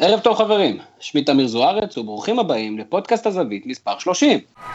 ערב טוב חברים, שמי תמיר זוארץ וברוכים הבאים לפודקאסט הזווית מספר 30.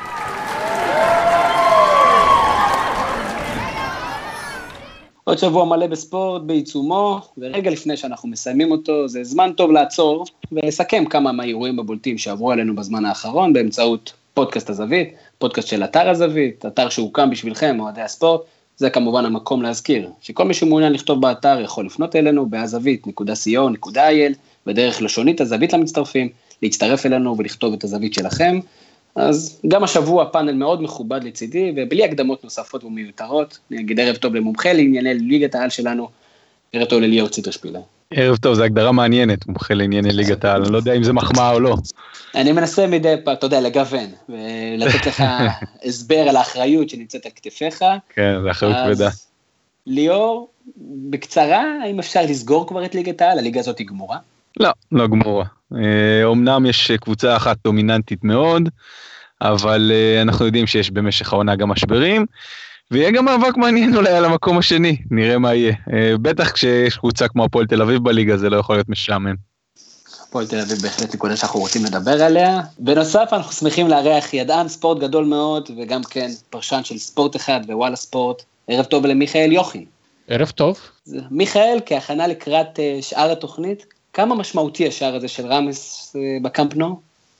עוד שבוע מלא בספורט בעיצומו, ורגע לפני שאנחנו מסיימים אותו, זה זמן טוב לעצור ולסכם כמה מהאירועים הבולטים שעברו עלינו בזמן האחרון באמצעות פודקאסט הזווית, פודקאסט של אתר הזווית, אתר שהוקם בשבילכם, אוהדי הספורט. זה כמובן המקום להזכיר, שכל מי שמעוניין לכתוב באתר יכול לפנות אלינו בהזווית.co.il, בדרך לשונית הזווית למצטרפים, להצטרף אלינו ולכתוב את הזווית שלכם. אז גם השבוע פאנל מאוד מכובד לצידי, ובלי הקדמות נוספות ומיותרות, נגיד ערב טוב למומחה לענייני ליגת העל שלנו, ערב טוב לליאור ציטרשפילה. ערב טוב, זו הגדרה מעניינת, מומחה לענייני ליגת העל, אני לא יודע אם זה מחמאה או לא. אני מנסה מדי פעם, אתה יודע, לגוון, ולתת לך הסבר על האחריות שנמצאת על כתפיך. כן, זה אחריות כבדה. ליאור, בקצרה, האם אפשר לסגור כבר את ליגת העל? הליגה הזאת היא גמורה? לא, לא גמורה. אמנם יש קבוצה אחת דומיננטית מאוד, אבל אנחנו יודעים שיש במשך העונה גם משברים, ויהיה גם מאבק מעניין אולי על המקום השני, נראה מה יהיה. בטח כשיש קבוצה כמו הפועל תל אביב בליגה, זה לא יכול להיות משעמם. הפועל תל אביב בהחלט נקודה שאנחנו רוצים לדבר עליה. בנוסף, אנחנו שמחים לארח ידען ספורט גדול מאוד, וגם כן פרשן של ספורט אחד ווואלה ספורט. ערב טוב למיכאל יוכין. ערב טוב. מיכאל, כהכנה לקראת שאר התוכנית, כמה משמעותי השער הזה של רמס בקאמפ נו?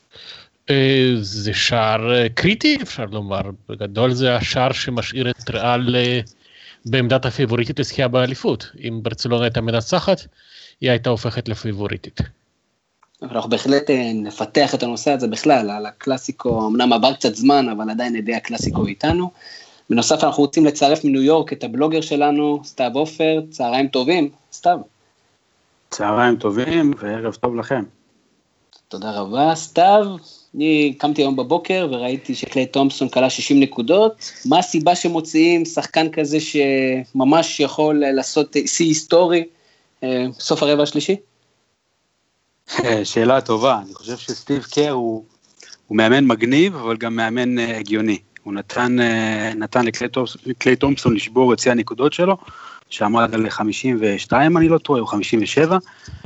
זה שער קריטי, אפשר לומר. בגדול זה השער שמשאיר את ריאל בעמדת הפיבוריטית לזכייה באליפות. אם ברצלונה הייתה מנצחת, היא הייתה הופכת לפיבוריטית. אבל אנחנו בהחלט נפתח את הנושא הזה בכלל, על הקלאסיקו, אמנם עבר קצת זמן, אבל עדיין ידי הקלאסיקו איתנו. בנוסף אנחנו רוצים לצרף מניו יורק את הבלוגר שלנו, סתיו עופר. צהריים טובים, סתיו. צהריים טובים וערב טוב לכם. תודה רבה, סתיו. אני קמתי היום בבוקר וראיתי שקליי תומפסון קלה 60 נקודות. מה הסיבה שמוציאים שחקן כזה שממש יכול לעשות שיא היסטורי בסוף הרבע השלישי? שאלה טובה. אני חושב שסטיב קר הוא מאמן מגניב, אבל גם מאמן הגיוני. הוא נתן לקליי תומפסון לשבור את שיא הנקודות שלו, שעמד על 52, אני לא טועה, הוא 57,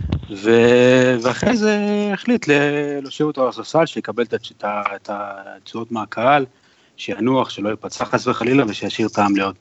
ואחרי זה החליט להושיב אותו על הספסל, שיקבל את התשואות מהקהל, שינוח, שלא יפצע חס וחלילה, ושישאיר טעם לעוד.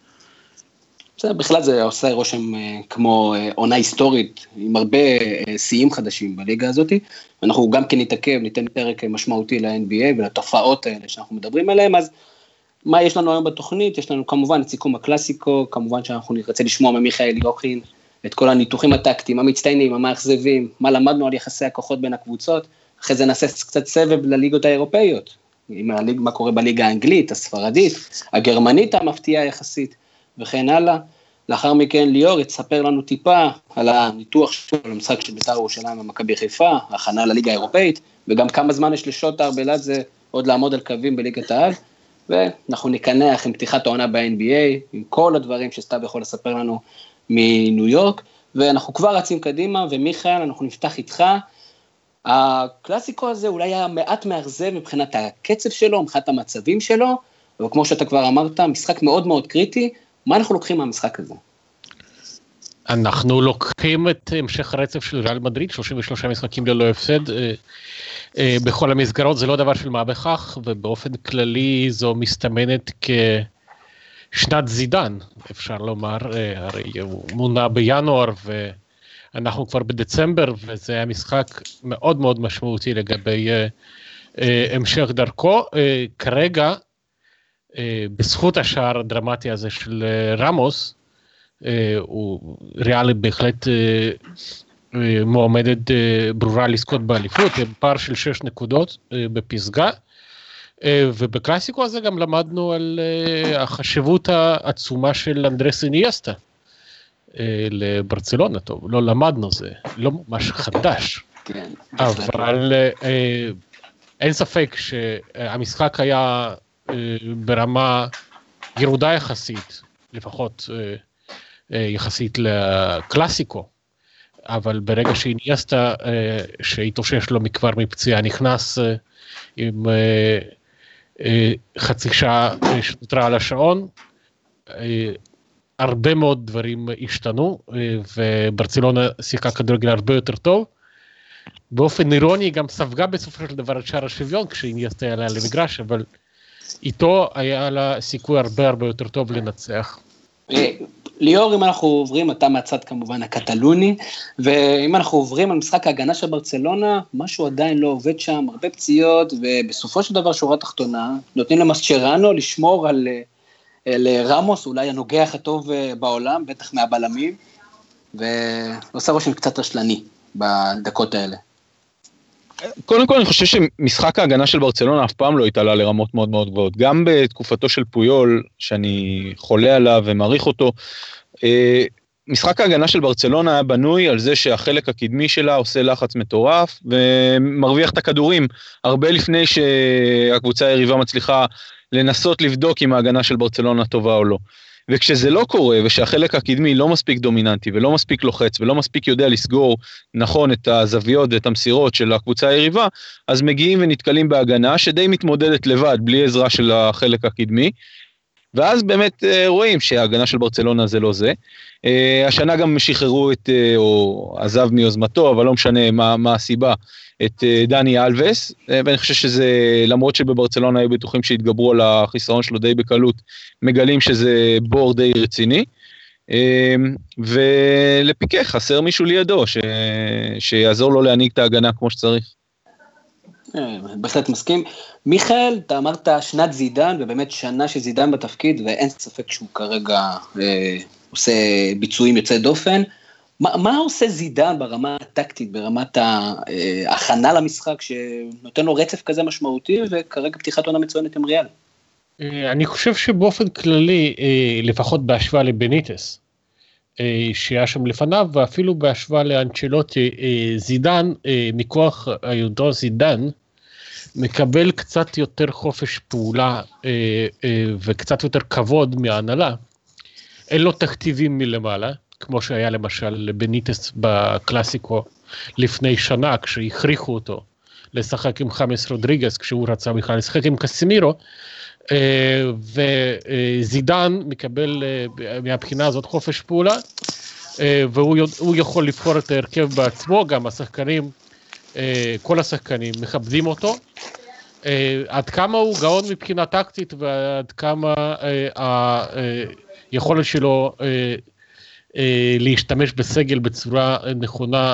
בכלל זה עושה רושם כמו עונה היסטורית, עם הרבה שיאים חדשים בליגה הזאת, ואנחנו גם כן ניתן פרק משמעותי ל-NBA ולתופעות האלה שאנחנו מדברים עליהן. אז מה יש לנו היום בתוכנית? יש לנו כמובן את סיכום הקלאסיקו, כמובן שאנחנו נרצה לשמוע ממיכאל יוכין את כל הניתוחים הטקטיים, המצטיינים, המאכזבים, מה למדנו על יחסי הכוחות בין הקבוצות. אחרי זה נעשה קצת סבב לליגות האירופאיות, מה קורה בליגה האנגלית, הספרדית, הגרמנית המפתיעה יחסית, וכן הלאה. לאחר מכן ליאור יתספר לנו טיפה על הניתוח של המשחק של בית"ר ירושלים ומכבי חיפה, הכנה לליגה האירופאית, וגם כמה זמן יש לשוטר בלעד עוד לעמוד על קווים בליגת העל. ואנחנו נקנח עם פתיחת העונה ב-NBA, עם כל הדברים שסתיו יכול לספר לנו מניו יורק, ואנחנו כבר רצים קדימה, ומיכאל, אנחנו נפתח איתך. הקלאסיקו הזה אולי היה מעט מאכזב מבחינת הקצב שלו, מבחינת המצבים שלו, וכמו שאתה כבר אמרת, משחק מאוד מאוד קריטי. מה אנחנו לוקחים מהמשחק הזה? אנחנו לוקחים את המשך הרצף של ריאל מדריד, 33 משחקים ללא הפסד, בכל המסגרות. זה לא דבר של מה בכך, ובאופן כללי זו מסתמנת כשנת זידן, אפשר לומר. הרי הוא מונה בינואר ואנחנו כבר בדצמבר, וזה היה משחק מאוד מאוד משמעותי לגבי המשך דרכו. כרגע, בזכות השער הדרמטי הזה של רמוס, הוא ריאלי בהחלט מועמדת ברורה לזכות באליפות, פער של 6 נקודות בפסגה, ובקלאסיקו הזה גם למדנו על החשיבות העצומה של אנדרס אינייסטה לברצלונה. טוב, לא למדנו, זה לא ממש חדש, כן, אבל אין ספק שהמשחק היה ברמה ירודה יחסית, לפחות יחסית לקלאסיקו, אבל ברגע שאינייסטה, שהתאושש לו מכבר מפציעה, נכנס עם חצי שעה שנותרה על השעון, הרבה מאוד דברים השתנו, וברצלונה שיחקה כדורגל הרבה יותר טוב, באופן אירוני גם ספגה בסופו של דבר את שער השוויון כשאיניאסטה עלה למגרש, אבל איתו היה לה סיכוי הרבה יותר טוב לנצח. ליאור, אם אנחנו עוברים, אתה מהצד כמובן הקטלוני, ואם אנחנו עוברים על משחק ההגנה של ברצלונה, משהו עדיין לא עובד שם, הרבה פציעות, ובסופו של דבר שורה תחתונה, נותנים למסצ'רנו לשמור על רמוס, אולי הנוגח הטוב בעולם, בטח מהבלמים, ועושה רושם קצת רשלני בדקות האלה. קודם כל אני חושב שמשחק ההגנה של ברצלונה אף פעם לא התעלה לרמות מאוד מאוד גבוהות, גם בתקופתו של פויול, שאני חולה עליו ומעריך אותו, משחק ההגנה של ברצלונה היה בנוי על זה שהחלק הקדמי שלה עושה לחץ מטורף, ומרוויח את הכדורים, הרבה לפני שהקבוצה היריבה מצליחה לנסות לבדוק אם ההגנה של ברצלונה טובה או לא. וכשזה לא קורה, ושהחלק הקדמי לא מספיק דומיננטי, ולא מספיק לוחץ, ולא מספיק יודע לסגור נכון את הזוויות ואת המסירות של הקבוצה היריבה, אז מגיעים ונתקלים בהגנה, שדי מתמודדת לבד, בלי עזרה של החלק הקדמי, ואז באמת רואים שההגנה של ברצלונה זה לא זה. השנה גם שחררו או עזב מיוזמתו, אבל לא משנה מה הסיבה, את דני אלווס, ואני חושב שזה, למרות שבברצלונה היו בטוחים שהתגברו על החיסרון שלו די בקלות, מגלים שזה בור די רציני, ולפיקה חסר מישהו לידו, שיעזור לו להנהיג את ההגנה כמו שצריך. בהחלט מסכים. מיכאל, אתה אמרת שנת זידן, ובאמת שנה של זידן בתפקיד, ואין ספק שהוא כרגע עושה ביצועים יוצאי דופן. מה עושה זידן ברמה הטקטית, ברמת ההכנה למשחק, שנותן לו רצף כזה משמעותי, וכרגע פתיחת עונה מצוינת עם ריאל? אני חושב שבאופן כללי, לפחות בהשוואה לבניטס, שהיה שם לפניו, ואפילו בהשוואה לאנצ'לוטי, זידן, מכוח היודו זידן, מקבל קצת יותר חופש פעולה, וקצת יותר כבוד מההנהלה. אין לו תכתיבים מלמעלה, כמו שהיה למשל בניטס בקלאסיקו לפני שנה, כשהכריחו אותו לשחק עם חמאס רודריגס, כשהוא רצה בכלל לשחק עם קסימירו, וזידן מקבל מהבחינה הזאת חופש פעולה, והוא יכול לבחור את ההרכב בעצמו, גם השחקנים, כל השחקנים מכבדים אותו, עד כמה הוא גאון מבחינה טקטית, ועד כמה היכולת שלו להשתמש בסגל בצורה נכונה,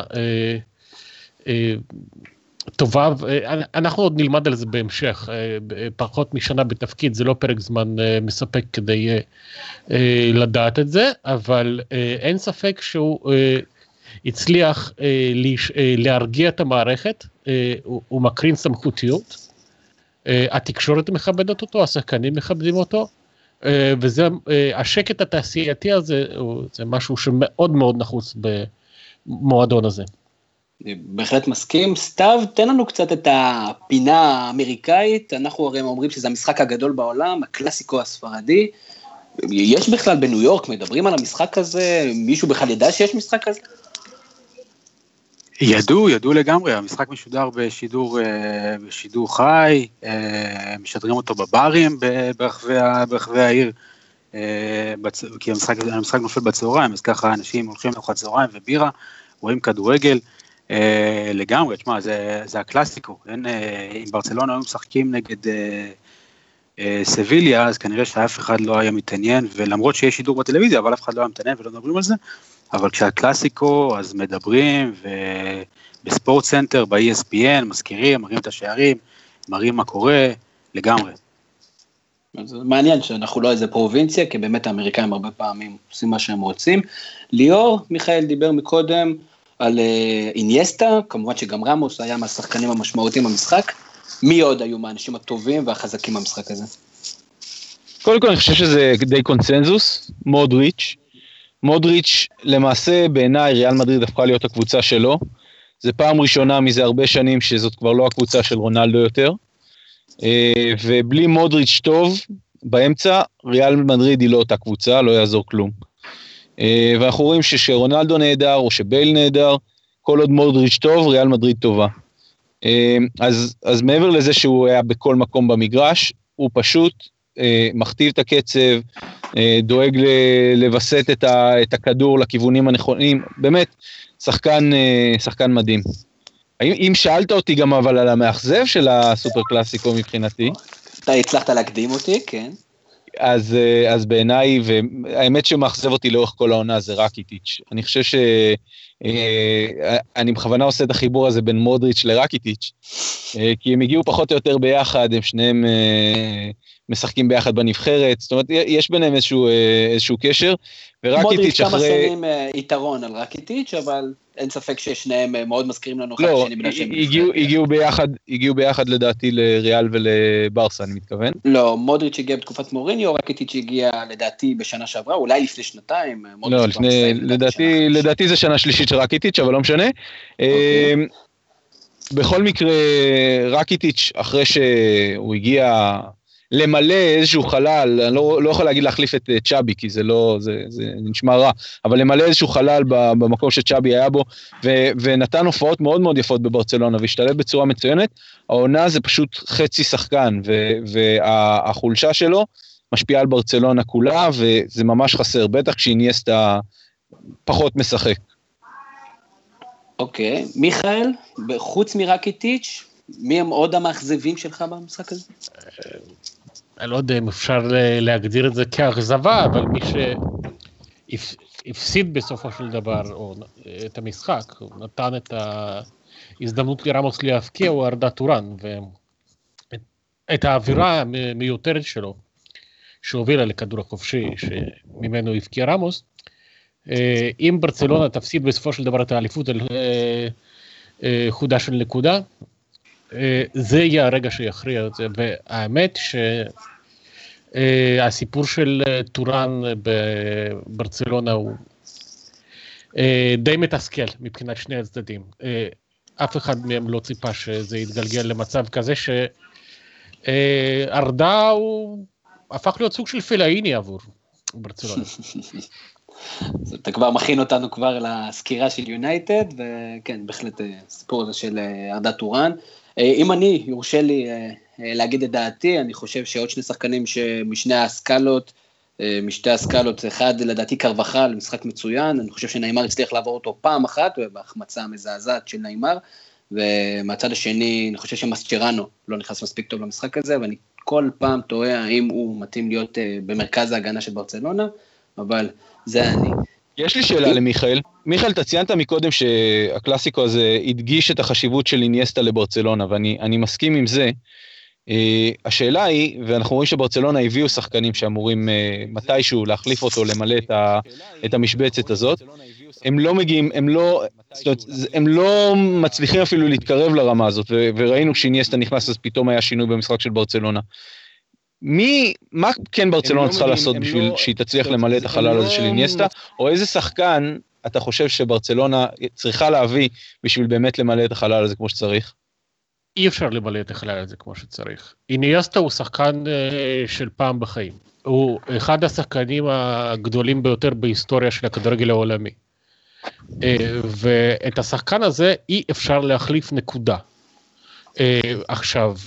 טובה, אנחנו עוד נלמד על זה בהמשך, פחות משנה בתפקיד, זה לא פרק זמן מספק כדי לדעת את זה, אבל אין ספק שהוא הצליח להרגיע את המערכת, הוא מקרין סמכותיות, התקשורת מכבדת אותו, השחקנים מכבדים אותו, וזה, השקט התעשייתי הזה, זה משהו שמאוד מאוד נחוץ במועדון הזה. בהחלט מסכים. סתיו, תן לנו קצת את הפינה האמריקאית, אנחנו הרי אומרים שזה המשחק הגדול בעולם, הקלאסיקו הספרדי, יש בכלל בניו יורק, מדברים על המשחק הזה, מישהו בכלל ידע שיש משחק כזה? ידעו לגמרי, המשחק משודר בשידור חי, משדרים אותו בברים ברחבי העיר, כי המשחק נופל בצהריים, אז ככה אנשים הולכים לארוחת צהריים ובירה, רואים כדורגל, לגמרי, תשמע, זה הקלאסיקו, אם ברצלונה היו משחקים נגד סביליה, אז כנראה שאף אחד לא היה מתעניין, ולמרות שיש שידור בטלוויזיה, אבל אף אחד לא היה מתעניין ולא מדברים על זה, אבל כשהקלאסיקו, אז מדברים, ובספורט סנטר, ב-ESPN, מזכירים, מראים את השערים, מראים מה קורה, לגמרי. זה מעניין שאנחנו לא איזה פרובינציה, כי באמת האמריקאים הרבה פעמים עושים מה שהם רוצים. ליאור, מיכאל דיבר מקודם על אינייסטה, כמובן שגם רמוס היה מהשחקנים המשמעותיים במשחק, מי עוד היו מהאנשים הטובים והחזקים במשחק הזה? קודם כל אני חושב שזה די קונצנזוס, מודריץ' למעשה בעיניי ריאל מדריד הפכה להיות הקבוצה שלו, זה פעם ראשונה מזה הרבה שנים שזאת כבר לא הקבוצה של רונלדו יותר, ובלי מודריץ' טוב באמצע, ריאל מדריד היא לא אותה קבוצה, לא יעזור כלום. ואנחנו רואים שרונלדו נהדר או שבייל נהדר, כל עוד מודריץ' טוב, ריאל מדריד טובה. אז מעבר לזה שהוא היה בכל מקום במגרש, הוא פשוט מכתיב את הקצב, דואג לבסט את הכדור לכיוונים הנכונים, באמת שחקן מדהים. אם שאלת אותי גם אבל על המאכזב של הסופר קלאסיקו מבחינתי, אתה הצלחת להקדים אותי, כן. אז בעיניי, והאמת שמאכזב אותי לאורך כל העונה זה רקיטיץ'. אני חושב אני בכוונה עושה את החיבור הזה בין מודריץ' לרקיטיץ', כי הם הגיעו פחות או יותר ביחד, הם שניהם משחקים ביחד בנבחרת, זאת אומרת, יש ביניהם איזשהו קשר, מודריץ' כמה שנים יתרון על רקיטיץ', אבל אין ספק ששניהם מאוד מזכירים לנו אחד השני בגלל שהם הגיעו ביחד לדעתי לריאל ולברסה, אני מתכוון. לא, מודריץ' הגיע בתקופת מוריניו, רקיטיץ' הגיע לדעתי בשנה שעברה, אולי לפני שנתיים. לא, לדעתי זה שנה שלישית של רקיטיץ', אבל לא משנה. בכל מקרה, רקיטיץ' אחרי שהוא הגיע למלא איזשהו חלל, אני לא יכול להגיד להחליף את צ'אבי, כי זה נשמע רע, אבל למלא איזשהו חלל במקום שצ'אבי היה בו, ונתן הופעות מאוד מאוד יפות בברצלונה, והשתלב בצורה מצוינת. העונה זה פשוט חצי שחקן, והחולשה שלו משפיעה על ברצלונה כולה, וזה ממש חסר, בטח כשאיניאסטה פחות משחק. אוקיי, מיכאל, חוץ מרקיטיץ', מי הם עוד המאכזבים שלך במשחק הזה? אני לא יודע אם אפשר להגדיר את זה כאכזבה, אבל מי שהפסיד בסופו של דבר את המשחק, הוא נתן את ההזדמנות לרמוס להפקיע, הוא ארדה טורן, ואת האווירה המיותרת שלו, שהובילה לכדור החופשי שממנו הפקיע רמוס, אם ברצלונה תפסיד בסופו של דבר את האליפות על חודה של נקודה, זה יהיה הרגע שיכריע את זה, והאמת שהסיפור של טורן בברצלונה הוא די מתסכל מבחינת שני הצדדים. אף אחד מהם לא ציפה שזה יתגלגל למצב כזה שארדה הוא הפך להיות סוג של פלאיני עבור ברצלונה. אתה כבר מכין אותנו כבר לסקירה של יונייטד, וכן, בהחלט סיפור הזה של ארדה טורן. אם אני יורשה לי להגיד את דעתי, אני חושב שעוד שני שחקנים משתי הסקלות, אחד לדעתי קרבחל, משחק מצוין, אני חושב שניימר הצליח לעבור אותו פעם אחת, בהחמצה המזעזעת של ניימר, ומהצד השני, אני חושב שמסצ'רנו לא נכנס מספיק טוב למשחק הזה, ואני כל פעם תוהה האם הוא מתאים להיות במרכז ההגנה של ברצלונה, אבל זה אני. יש לי שאלה למיכאל. מיכאל, אתה ציינת מקודם שהקלאסיקו הזה הדגיש את החשיבות של איניאסטה לברצלונה, ואני מסכים עם זה. השאלה היא, ואנחנו רואים שברצלונה הביאו שחקנים שאמורים מתישהו להחליף אותו, למלא את המשבצת הזאת, הם לא מצליחים אפילו להתקרב לרמה הזאת, וראינו שאיניאסטה נכנס, אז פתאום היה שינוי במשחק של ברצלונה. מה כן ברצלונה צריכה לעשות בשביל שהיא תצליח למלא את החלל הזה של איניאסטה, או איזה שחקן אתה חושב שברצלונה צריכה להביא בשביל באמת למלא את החלל הזה כמו שצריך? אי אפשר למלא את החלל הזה כמו שצריך. איניאסטה הוא שחקן של פעם בחיים. הוא אחד השחקנים הגדולים ביותר בהיסטוריה של הכדורגל העולמי. ואת השחקן הזה אי אפשר להחליף נקודה. עכשיו,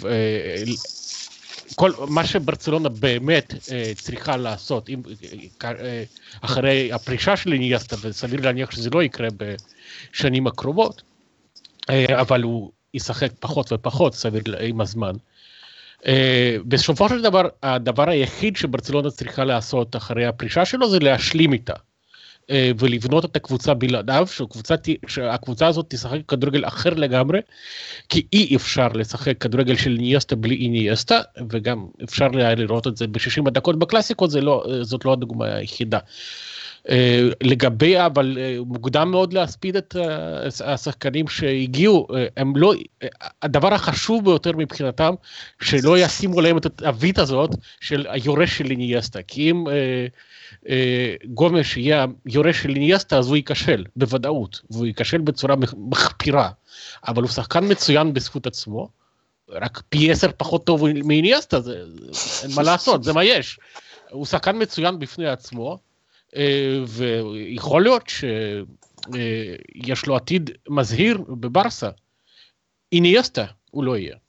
כל מה שברצלונה באמת צריכה לעשות, אחרי הפרישה של איניאסטה, וסביר להניח שזה לא יקרה בשנים הקרובות, אבל הוא ישחק פחות ופחות סביר עם הזמן. בסופו של דבר, הדבר היחיד שברצלונה צריכה לעשות אחרי הפרישה שלו, זה להשלים איתה. ולבנות את הקבוצה בלעדיו, שהקבוצה הזאת תשחק כדורגל אחר לגמרי, כי אי אפשר לשחק כדורגל של איניאסטה בלי איניאסטה, וגם אפשר לראות את זה ב-60 הדקות בקלאסיקו, זאת לא הדוגמה היחידה. לגבי, אבל מוקדם מאוד להספיד את השחקנים שהגיעו, הם לא, הדבר החשוב ביותר מבחינתם, שלא ישימו להם את התווית הזאת של היורש של איניאסטה, כי אם גומש יהיה יורש של איניאסטה, אז הוא ייכשל, בוודאות, והוא ייכשל בצורה מחפירה, אבל הוא שחקן מצוין בזכות עצמו, רק פי 10 פחות טוב מאיניאסטה, אין מה לעשות, זה מה יש. הוא שחקן מצוין בפני עצמו, ויכול להיות שיש לו עתיד מזהיר בברסה. איניאסטה הוא לא יהיה.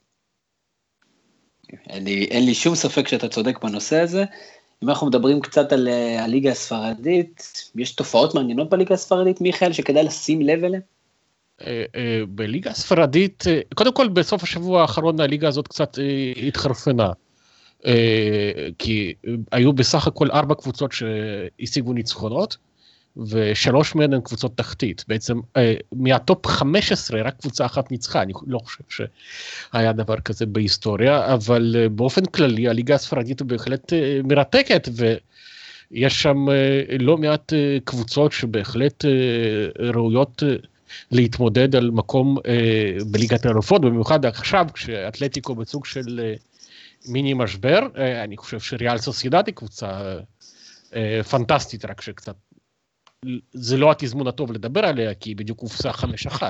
אין לי שום ספק שאתה צודק בנושא הזה. אם אנחנו מדברים קצת על הליגה הספרדית, יש תופעות מעניינות בליגה הספרדית, מיכאל, שכדאי לשים לב אליהן? בליגה הספרדית, קודם כל בסוף השבוע האחרון הליגה הזאת קצת התחרפנה, כי היו בסך הכל 4 קבוצות שהשיגו ניצחונות, ו3 מהן הן קבוצות תחתית. בעצם מהטופ 15 רק קבוצה אחת ניצחה, אני לא חושב שהיה דבר כזה בהיסטוריה, אבל באופן כללי הליגה הספרדית היא בהחלט מרתקת, ויש שם לא מעט קבוצות שבהחלט ראויות להתמודד על מקום בליגת האלופות, במיוחד עכשיו כשאתלטיקו בסוג של מיני משבר. אני חושב שריאל סוסיידד היא קבוצה פנטסטית, רק שקצת זה לא התזמון הטוב לדבר עליה, כי בדיוק הופסה 5-1.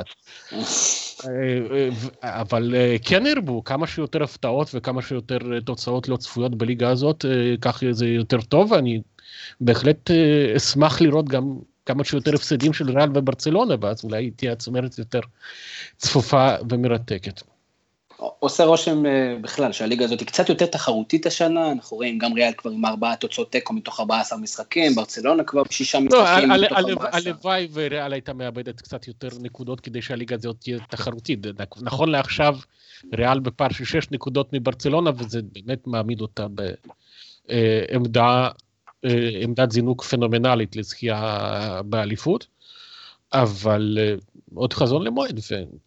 אבל כן הרבו, כמה שיותר הפתעות וכמה שיותר תוצאות לא צפויות בליגה הזאת, כך זה יותר טוב, ואני בהחלט אשמח לראות גם כמה שיותר הפסדים של ריאל וברצלונה, ואז אולי תהיה הצמרת יותר צפופה ומרתקת. עושה רושם בכלל שהליגה הזאת היא קצת יותר תחרותית השנה, אנחנו רואים גם ריאל כבר עם 4 תוצאות תיקו מתוך 14 משחקים, ברצלונה כבר 6 משחקים מתוך 14. הלוואי וריאל הייתה מאבדת קצת יותר נקודות כדי שהליגה הזאת תהיה תחרותית. נכון לעכשיו ריאל בפער של 6 נקודות מברצלונה, וזה באמת מעמיד אותה בעמדת זינוק פנומנלית לזכייה באליפות, אבל עוד חזון למועד,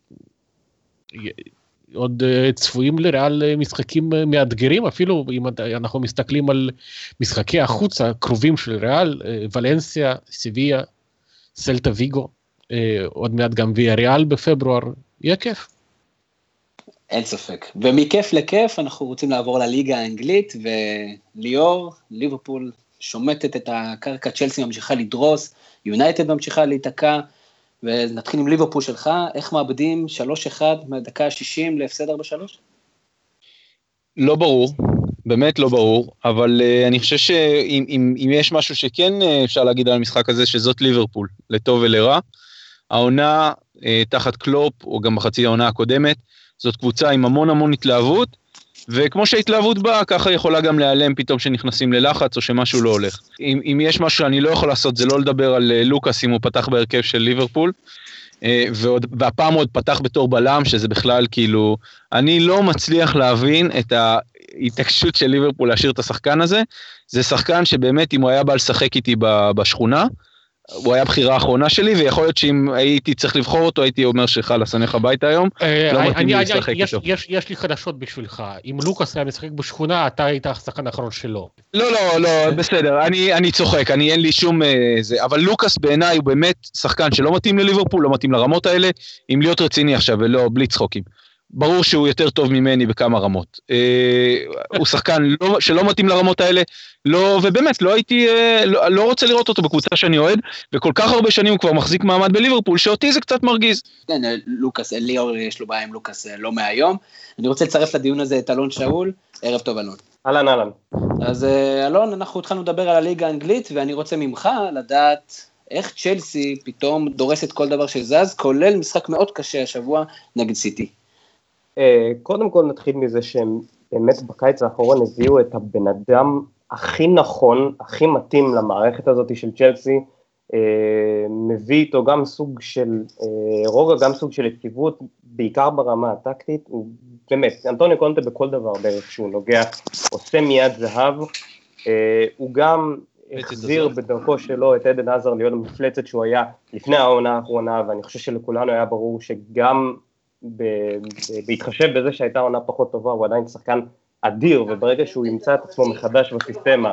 עוד צפויים לריאל משחקים מאתגרים, אפילו אם אנחנו מסתכלים על משחקי החוץ הקרובים של ריאל, ולנסיה, סיביה, סלטה ויגו, עוד מעט גם ויאריאל בפברואר, יהיה כיף. אין ספק. ומכיף לכיף אנחנו רוצים לעבור לליגה האנגלית, וליאור, ליברפול שומטת את הקרקע, צ'לסי ממשיכה לדרוס, יונייטד ממשיכה להתקע, ונתחיל עם ליברפול שלך, איך מאבדים 3-1 מהדקה ה-60 להפסד 4-3? לא ברור, באמת לא ברור, אבל אני חושב שאם יש משהו שכן אפשר להגיד על המשחק הזה, שזאת ליברפול, לטוב ולרע, העונה תחת קלופ, או גם בחצי העונה הקודמת, זאת קבוצה עם המון התלהבות, וכמו שההתלהבות באה, ככה יכולה גם להיעלם פתאום שנכנסים ללחץ, או שמשהו לא הולך. אם יש משהו שאני לא יכול לעשות, זה לא לדבר על לוקאס, אם הוא פתח בהרכב של ליברפול, והפעם עוד פתח בתור בלם, שזה בכלל כאילו, אני לא מצליח להבין את ההתעקשות של ליברפול להשאיר את השחקן הזה, זה שחקן שבאמת אם הוא היה בא לשחק איתי בשכונה, הוא היה בחירה האחרונה שלי, ויכול להיות שאם הייתי צריך לבחור אותו, הייתי אומר שחלס, אני הביתה היום, לא מתאים לי לשחק איתו. יש לי חדשות בשבילך, אם לוקאס היה משחק בשכונה, אתה היית השחקן האחרון שלו. לא, בסדר, אני צוחק, אין לי שום זה, אבל לוקאס בעיניי הוא באמת שחקן שלא מתאים לליברפול, לא מתאים לרמות האלה, אם להיות רציני עכשיו ולא בלי צחוקים. ברור שהוא יותר טוב ממני בכמה רמות. הוא שחקן שלא מתאים לרמות האלה, ובאמת לא רוצה לראות אותו בקבוצה שאני אוהד, וכל כך הרבה שנים הוא כבר מחזיק מעמד בליברפול, שאותי זה קצת מרגיז. כן, לוקאס, ליאור יש לו בעיה עם לוקאס לא מהיום. אני רוצה לצרף לדיון הזה את אלון שאול. ערב טוב אלון. אהלן. אז אלון, אנחנו התחלנו לדבר על הליגה האנגלית, ואני רוצה ממך לדעת איך צ'לסי פתאום דורסת כל דבר שזז, כולל משחק מאוד קשה השבוע נגד סיטי. קודם כל נתחיל מזה שהם באמת בקיץ האחרון הביאו את הבן אדם הכי נכון, הכי מתאים למערכת הזאת של צ'לסי, מביא איתו גם סוג של רוגע, גם סוג של יציבות, בעיקר ברמה הטקטית, הוא באמת, אנטוניו קונטה בכל דבר בערך שהוא נוגע, עושה מיד זהב, הוא גם החזיר בדרכו שלו את עדן עזר להיות המפלצת שהוא היה לפני העונה האחרונה, ואני חושב שלכולנו היה ברור שגם בהתחשב בזה שהייתה עונה פחות טובה, הוא עדיין שחקן אדיר, וברגע שהוא ימצא את עצמו מחדש בסיסטמה,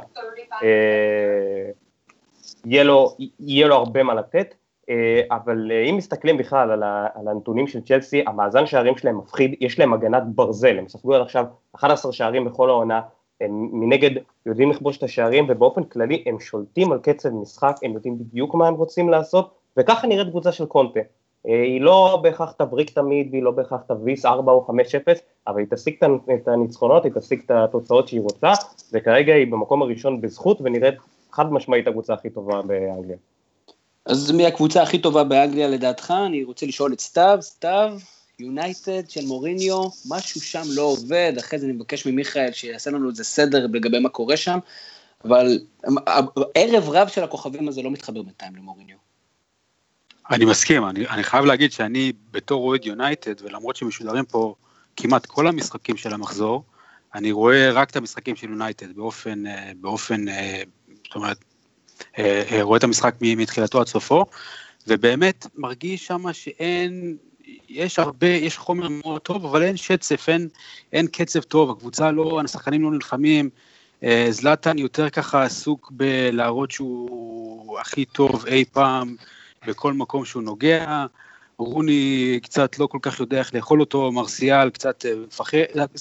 יהיה לו הרבה מה לתת, אבל אם מסתכלים בכלל על הנתונים של צ'לסי, המאזן שערים שלהם מפחיד, יש להם הגנת ברזל, הם ספגו עד עכשיו 11 שערים בכל העונה, הם מנגד יודעים לכבוש את השערים, ובאופן כללי הם שולטים על קצב משחק, הם יודעים בדיוק מה הם רוצים לעשות, וככה נראית קבוצה של קונטה. היא לא בהכרח תבריק תמיד, והיא לא בהכרח תביס 4 או 5-0, אבל היא תשיג את הניצחונות, היא תשיג את התוצאות שהיא רוצה, וכרגע היא במקום הראשון בזכות, ונראית חד משמעית הקבוצה הכי טובה באנגליה. אז מי הקבוצה הכי טובה באנגליה לדעתך? אני רוצה לשאול את סתיו, יונייטד של מוריניו, משהו שם לא עובד, אחרי זה אני מבקש ממיכאל שיעשה לנו איזה סדר לגבי מה קורה שם, אבל ערב רב של הכוכבים הזה לא מתחבר בינתיים למוריניו. אני מסכים, אני חייב להגיד שאני בתור אוהד יונייטד, ולמרות שמשודרים פה כמעט כל המשחקים של המחזור, אני רואה רק את המשחקים של יונייטד באופן, זאת אומרת, רואה את המשחק מתחילתו עד סופו, ובאמת מרגיש שם שאין, יש חומר מאוד טוב, אבל אין שצף, אין קצב טוב, הקבוצה לא, השחקנים לא נלחמים, זלאטן יותר ככה עסוק בלהראות שהוא הכי טוב אי פעם, בכל מקום שהוא נוגע, רוני קצת לא כל כך יודע איך לאכול אותו, מרסיאל קצת מפחד,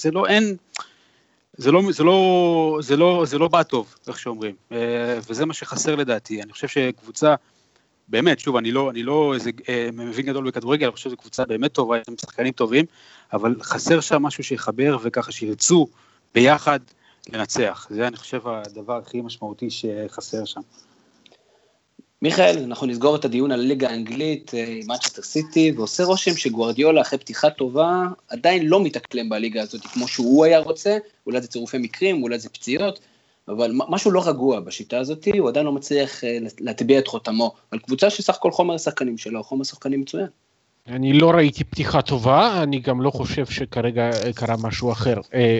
זה לא בא טוב, איך שאומרים, וזה מה שחסר לדעתי. אני חושב שקבוצה, באמת, שוב, אני לא איזה מבין גדול בכדורגל, אני חושב שזו קבוצה באמת טובה, יש שחקנים טובים, אבל חסר שם משהו שיחבר, וככה שירצו ביחד לנצח. זה אני חושב הדבר הכי משמעותי שחסר שם. מיכאל, אנחנו נסגור את הדיון על ליגה האנגלית עם מנצ'סטר סיטי, ועושה רושם שגוארדיולה אחרי פתיחה טובה, עדיין לא מתאקלם בליגה הזאת כמו שהוא היה רוצה, אולי זה צירופי מקרים, אולי זה פציעות, אבל משהו לא רגוע בשיטה הזאת, הוא עדיין לא מצליח להטביע את חותמו, על קבוצה שסך כל חומר השחקנים שלה, חומר השחקנים מצוין. אני לא ראיתי פתיחה טובה, אני גם לא חושב שכרגע קרה משהו אחר.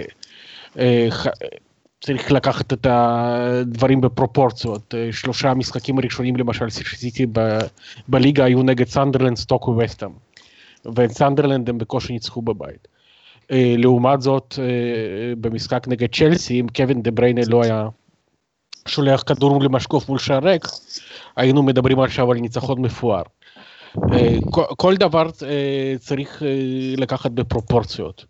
צריך לקחת את הדברים בפרופורציות. 3 המשחקים הראשונים למשל שעשיתי בליגה היו נגד סנדרלנד, סטוק וווסטהאם. וסנדרלנד הם בקושי ניצחו בבית. לעומת זאת, במשחק נגד צ'לסי, אם קווין דה בריינה לא היה שולח כדור למשקוף מול שער ריק, היינו מדברים עכשיו על ניצחון מפואר. כל דבר צריך לקחת בפרופורציות.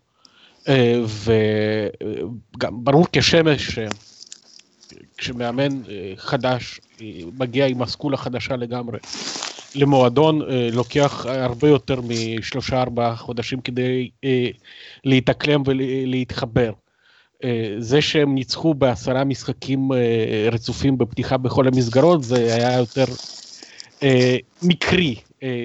וגם ברור כשמש כשמאמן חדש מגיע עם אסכולה חדשה לגמרי למועדון, לוקח הרבה יותר מ3-4 חודשים כדי להתאקלם ולהתחבר. זה שהם ניצחו ב10 משחקים רצופים בפתיחה בכל המסגרות, זה היה יותר מקרי,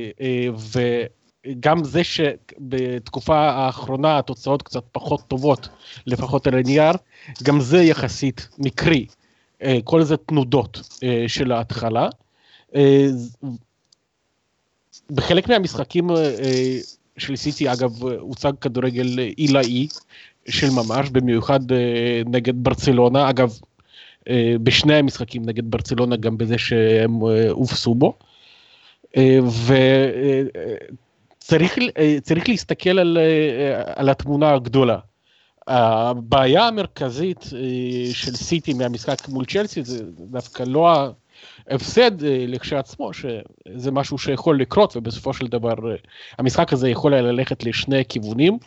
וגם זה שבתקופה האחרונה התוצאות קצת פחות טובות, לפחות על הנייר, גם זה יחסית מקרי. כל זה תנודות של ההתחלה. בחלק מהמשחקים של סיטי, אגב, הוצג כדורגל אילאי של ממש, במיוחד נגד ברצלונה, אגב, בשני המשחקים נגד ברצלונה, גם בזה שהם הופסו בו, וצריך להסתכל על התמונה הגדולה. הבעיה המרכזית של סיטי מהמשחק מול צ'לסי, זה דווקא לא ההפסד לכשעצמו, שזה משהו שיכול לקרות, ובסופו של דבר המשחק הזה יכול ללכת לשני כיוונים,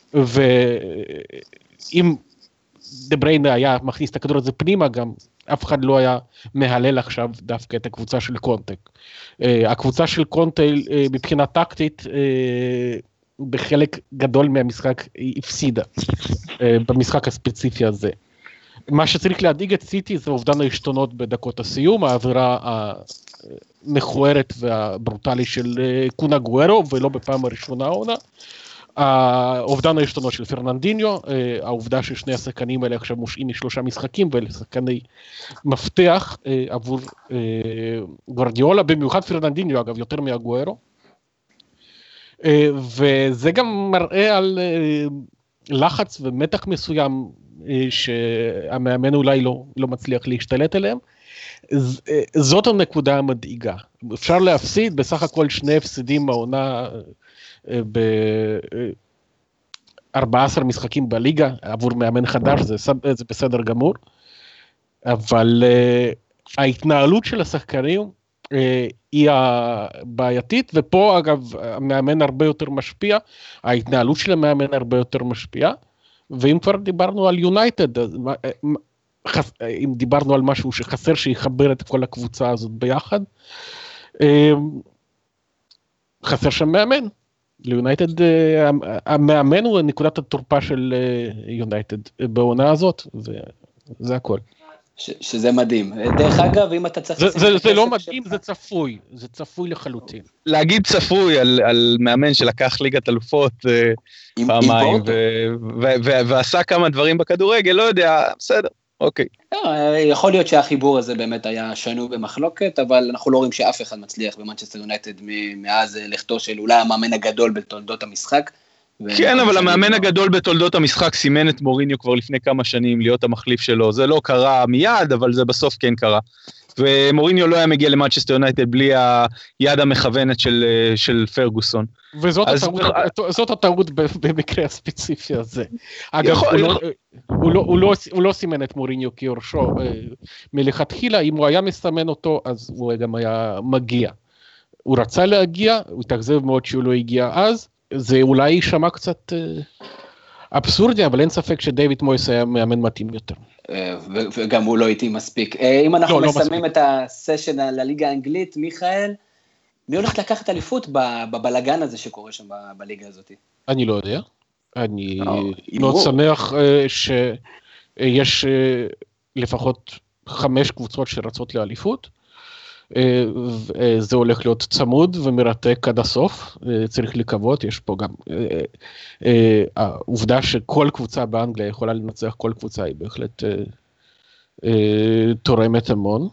ואם דה בריינה היה מכניס את הכדור הזה פנימה, גם אף אחד לא היה מהלל עכשיו דווקא את הקבוצה של קונטה. הקבוצה של קונטה מבחינה טקטית, בחלק גדול מהמשחק היא הפסידה, במשחק הספציפי הזה. מה שצריך להדאיג את סיטי זה אובדן העשתונות בדקות הסיום, העבירה המכוערת והברוטלי של קון אגוארו, ולא בפעם הראשונה העונה, האובדן העשתונות של פרננדיניו, העובדה ששני השחקנים האלה עכשיו מושעים מ3 משחקים, ואלה שחקני מפתח עבור גוארדיולה, במיוחד פרננדיניו אגב, יותר מאגוארו, וזה גם מראה על לחץ ומתח מסוים שהמאמן אולי לא מצליח להשתלט עליהם. זאת הנקודה המדאיגה. אפשר להפסיד בסך הכל 2 הפסדים מהעונה ב14 משחקים בליגה, עבור מאמן חדש, זה בסדר גמור, אבל ההתנהלות של השחקנים היא הבעייתית, ופה אגב המאמן הרבה יותר משפיע, ההתנהלות של המאמן הרבה יותר משפיעה, ואם כבר דיברנו על יונייטד, אם דיברנו על משהו שחסר שיחבר את כל הקבוצה הזאת ביחד, חסר שם מאמן. ליונייטד, המאמן הוא נקודת התורפה של יונייטד בעונה הזאת, וזה הכל. שזה מדהים. דרך אגב, אם אתה צריך... זה לא מדהים, זה צפוי. זה צפוי לחלוטין. להגיד צפוי על מאמן שלקח ליגת אלופות פעמיים, ועשה כמה דברים בכדורגל, לא יודע, בסדר. אוקיי. יכול להיות שהחיבור הזה באמת היה שנוי במחלוקת, אבל אנחנו לא רואים שאף אחד מצליח במנצ'סטר יונייטד מאז לכתו של אולי המאמן הגדול בתולדות המשחק. כן, אבל המאמן הגדול בתולדות המשחק סימן את מוריניו כבר לפני כמה שנים להיות המחליף שלו, זה לא קרה מיד, אבל זה בסוף כן קרה. ומוריניו לא היה מגיע למנצ'סטר יונייטד בלי היד המכוונת של פרגוסון. וזאת הטעות במקרה הספציפי הזה. אגב, הוא לא סימן את מוריניו כיורשו מלכתחילה, אם הוא היה מסמן אותו, אז הוא גם היה מגיע. הוא רצה להגיע, הוא התאכזב מאוד שהוא לא הגיע אז, זה אולי יישמע קצת אבסורדי, אבל אין ספק שדייוויד מויס היה מאמן מתאים יותר. וגם הוא לא איתי מספיק. אם אנחנו מסיימים את הסשן על הליגה האנגלית, מיכאל, מי הולך לקחת אליפות בבלגן הזה שקורה שם בליגה הזאת? אני לא יודע. אני מאוד שמח שיש לפחות 5 קבוצות שרצות לאליפות. זה הולך להיות צמוד ומרתק עד הסוף, צריך לקוות, יש פה גם העובדה שכל קבוצה באנגליה יכולה לנצח כל קבוצה, היא בהחלט תורמת המון.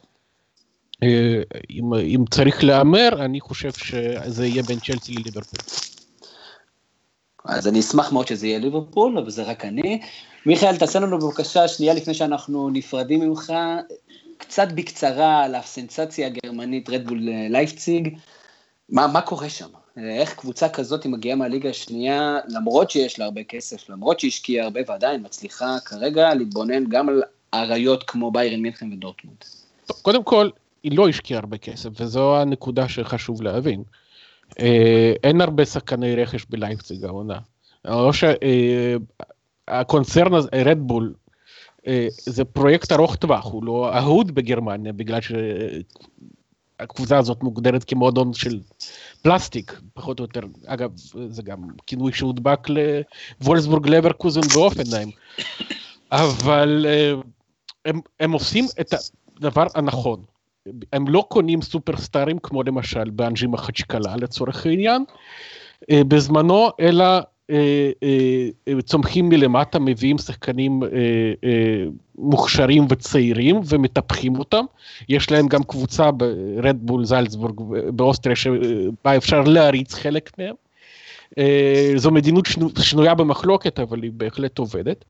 אם צריך לאמר, אני חושב שזה יהיה בין צ'לסי לליברפול. אז אני אשמח מאוד שזה יהיה ליברפול, אבל זה רק אני. מיכאל, תעשה לנו בבקשה שנייה לפני שאנחנו נפרדים ממך, קצת בקצרה על הסנסציה הגרמנית רדבול לייפציג, מה קורה שם? איך קבוצה כזאת מגיעה מהליגה השנייה, למרות שיש לה הרבה כסף, למרות שהשקיעה הרבה ועדיין מצליחה כרגע להתבונן גם על עריות כמו ביירן מינכן ודורטמונד. קודם כל, היא לא השקיעה הרבה כסף, וזו הנקודה שחשוב להבין. אין הרבה שחקני רכש בלייפציג העונה. או שהקונצרן הזה, רדבול, זה פרויקט ארוך טווח, הוא לא אהוד בגרמניה, בגלל שהקבוצה הזאת מוגדרת כמועדון של פלסטיק, פחות או יותר, אגב, זה גם כינוי שהודבק לוולסבורג לברקוזן באופנהיים, אבל הם עושים את הדבר הנכון, הם לא קונים סופרסטארים, כמו למשל באנג'י מחצ'קלה לצורך העניין, בזמנו, אלא צומחים מלמטה, מביאים שחקנים מוכשרים וצעירים ומטפחים אותם. יש להם גם קבוצה ברדבול זלצבורג באוסטריה שבה אפשר להריץ חלק מהם. זו מדיניות שנויה במחלוקת, אבל היא בהחלט עובדת.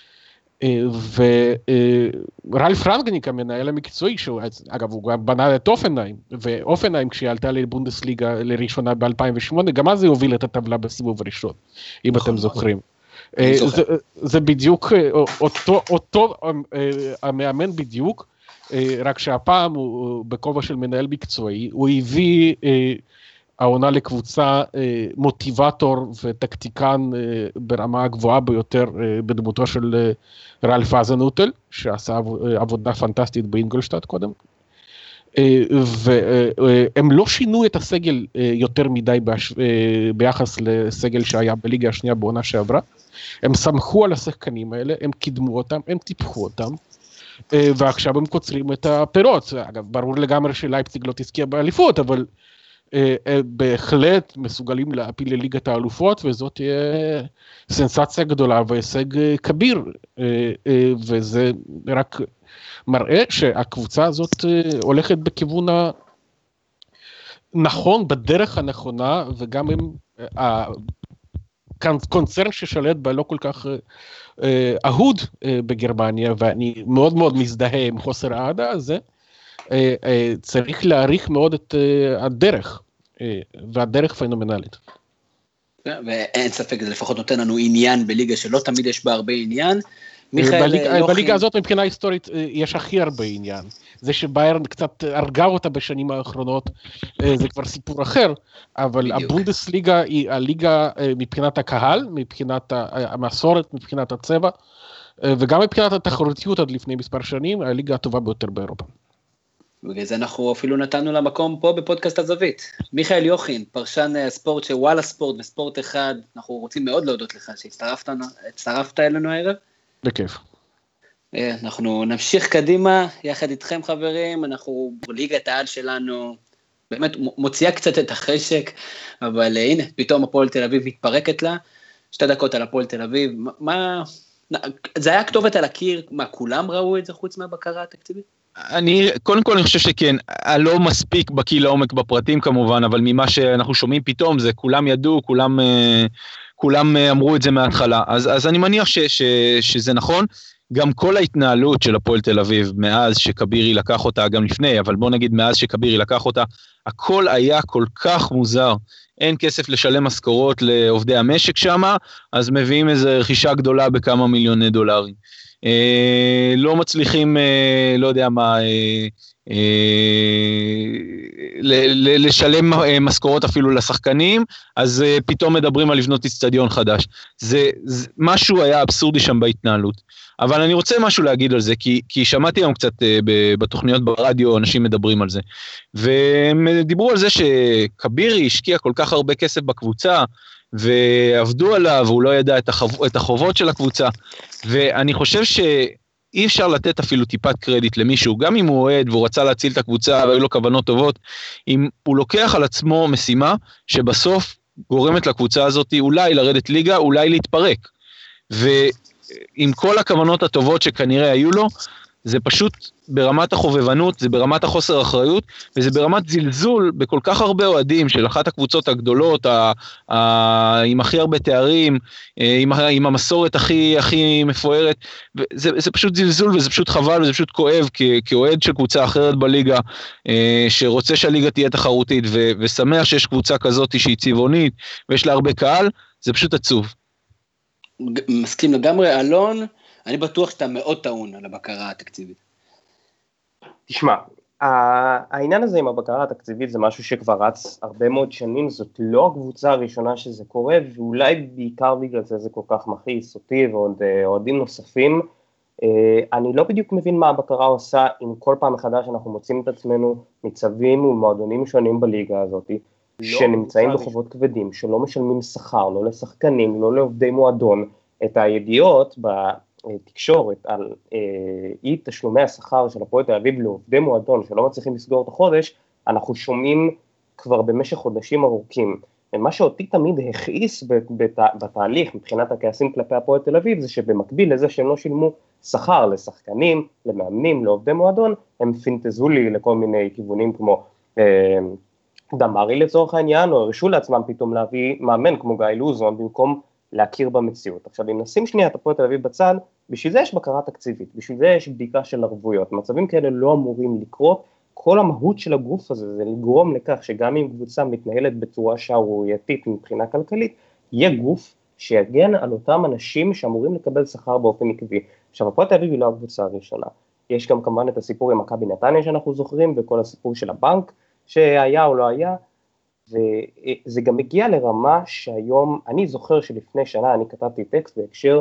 ורלף רנגניק, המנהל המקצועי, אגב הוא גם בנה את אופנהיים, ואופנהיים כשהיא עלתה לבונדסליגה לראשונה ב-2008, גם אז היא הובילה את הטבלה בסיבוב הראשון, אם אתם זוכרים. זה בדיוק אותו המאמן בדיוק, רק שהפעם הוא בכובע של מנהל מקצועי, הוא הביא העונה לקבוצה מוטיבטור וטקטיקן ברמה הגבוהה ביותר בדמותו של רלף אזנוטל, שעשה עבודה פנטסטית באינגולשטאט קודם. והם לא שינו את הסגל יותר מדי ביחס לסגל שהיה בליגה השנייה בעונה שעברה. הם סמכו על השחקנים האלה, הם קידמו אותם, הם טיפחו אותם. ועכשיו הם קוצרים את הפירות. אגב, ברור לגמרי שלייפציג לא תזכייה באליפות, אבל בהחלט מסוגלים להפיל לליגת האלופות, וזאת תהיה סנסציה גדולה והישג כביר, וזה רק מראה שהקבוצה הזאת הולכת בכיוון הנכון, בדרך הנכונה, וגם אם הקונצרן ששלט בה לא כל כך אהוד בגרמניה, ואני מאוד מאוד מזדהה עם חוסר האהדה הזה, צריך להעריך מאוד את הדרך, והדרך פנומנלית. ואין ספק, זה לפחות נותן לנו עניין בליגה שלא תמיד יש בה הרבה עניין. בליגה הזאת מבחינה היסטורית יש הכי הרבה עניין. זה שביירן קצת הרגה אותה בשנים האחרונות, זה כבר סיפור אחר, אבל הבונדסליגה היא הליגה מבחינת הקהל, מבחינת המסורת, מבחינת הצבע, וגם מבחינת התחרותיות עד לפני מספר שנים, הליגה הטובה ביותר באירופה. בגלל זה אנחנו אפילו נתנו למקום פה בפודקאסט הזווית. מיכאל יוחין, פרשן ספורט של וואלה ספורט וספורט אחד, אנחנו רוצים מאוד להודות לך שהצטרפת אלינו הערב. בכיף. אנחנו נמשיך קדימה, יחד איתכם חברים, אנחנו ליגת העל שלנו, באמת מוציאה קצת את החשק, אבל הנה, פתאום הפועל תל אביב מתפרקת לה, 2 דקות על הפועל תל אביב, מה זה היה כתובת על הקיר, מה, כולם ראו את זה חוץ מהבקרה התקציבית? קודם כל אני חושב שכן, לא מספיק בקיא לעומק בפרטים כמובן, אבל ממה שאנחנו שומעים פתאום, זה כולם ידעו, כולם אמרו את זה מההתחלה, אז אני מניח שזה נכון, גם כל ההתנהלות של הפועל תל אביב, מאז שקבירי לקח אותה, גם לפני, אבל בוא נגיד מאז שקבירי לקח אותה, הכל היה כל כך מוזר, אין כסף לשלם משכורות לעובדי המשק שמה, אז מביאים איזו רכישה גדולה בכמה מיליוני דולרים. לא מצליחים, לא יודע מה, לשלם משכורות אפילו לשחקנים, אז פתאום מדברים על לבנות אצטדיון חדש. משהו היה אבסורדי שם בהתנהלות. אבל אני רוצה משהו להגיד על זה, כי שמעתי היום קצת בתוכניות ברדיו, אנשים מדברים על זה, והם דיברו על זה שקבירי השקיע כל כך הרבה כסף בקבוצה, ועבדו עליו, והוא לא ידע את החובות של הקבוצה, ואני חושב שאי אפשר לתת אפילו טיפת קרדיט למישהו, גם אם הוא אוהד והוא רצה להציל את הקבוצה, והיו לו כוונות טובות, אם הוא לוקח על עצמו משימה, שבסוף גורמת לקבוצה הזאת אולי לרדת ליגה, אולי להתפרק, ועם כל הכוונות הטובות שכנראה היו לו, זה פשוט ברמת החובבנות, זה ברמת החוסר אחריות, וזה ברמת זלזול בכל כך הרבה אוהדים של אחת הקבוצות הגדולות, עם הכי הרבה תארים, עם המסורת הכי מפוארת, זה פשוט זלזול וזה פשוט חבל וזה פשוט כואב, כאוהד של קבוצה אחרת בליגה, שרוצה שהליגה תהיה תחרותית, ושמח שיש קבוצה כזאת שהיא צבעונית, ויש לה הרבה קהל, זה פשוט עצוב. מסכים לגמרי, אלון, אני בטוח שאתה מאוד טעון על הבקרה התקציבית. תשמע, העניין הזה עם הבקרה התקציבית זה משהו שכבר רץ הרבה מאוד שנים, זאת לא הקבוצה הראשונה שזה קורה, ואולי בעיקר בגלל זה כל כך מכעיס אותי ועוד אוהדים נוספים. אני לא בדיוק מבין מה הבקרה עושה, אם כל פעם מחדש אנחנו מוצאים את עצמנו ניצבים ומועדונים שונים בליגה הזאת, שנמצאים בחובות כבדים, שלא משלמים שכר, לא לשחקנים, לא לעובדי מועדון, את הידיעות בתקשורת על אי תשלומי השכר של הפועל תל אביב לעובדי מועדון שלא מצליחים לסגור את החודש, אנחנו שומעים כבר במשך חודשים ארוכים. ומה שאותי תמיד הכעיס בתהליך מבחינת הכעסים כלפי הפועל תל אביב, זה שבמקביל לזה שהם לא שילמו שכר לשחקנים, למאמנים, לעובדי מועדון, הם פינטזו לי לכל מיני כיוונים כמו דמרי לצורך העניין, או הרשו לעצמם פתאום להביא מאמן כמו גיא לוזון במקום להכיר במציאות. עכשיו, אם נשים שנייה את הפועל תל אביב בצד, בשביל זה יש בקרה תקציבית, בשביל זה יש בדיקה של ערבויות, מצבים כאלה לא אמורים לקרות, כל המהות של הגוף הזה זה לגרום לכך שגם אם קבוצה מתנהלת בצורה שערורייתית מבחינה כלכלית, יהיה גוף שיגן על אותם אנשים שאמורים לקבל שכר באופן עקבי. עכשיו, הפועל תל אביב היא לא הקבוצה הראשונה, יש גם כמובן את הסיפור עם מכבי נתניה שאנחנו זוכרים, וכל הסיפור של הבנק שהיה או לא היה, וזה גם מגיע לרמה שהיום, אני זוכר שלפני שנה אני כתבתי טקסט בהקשר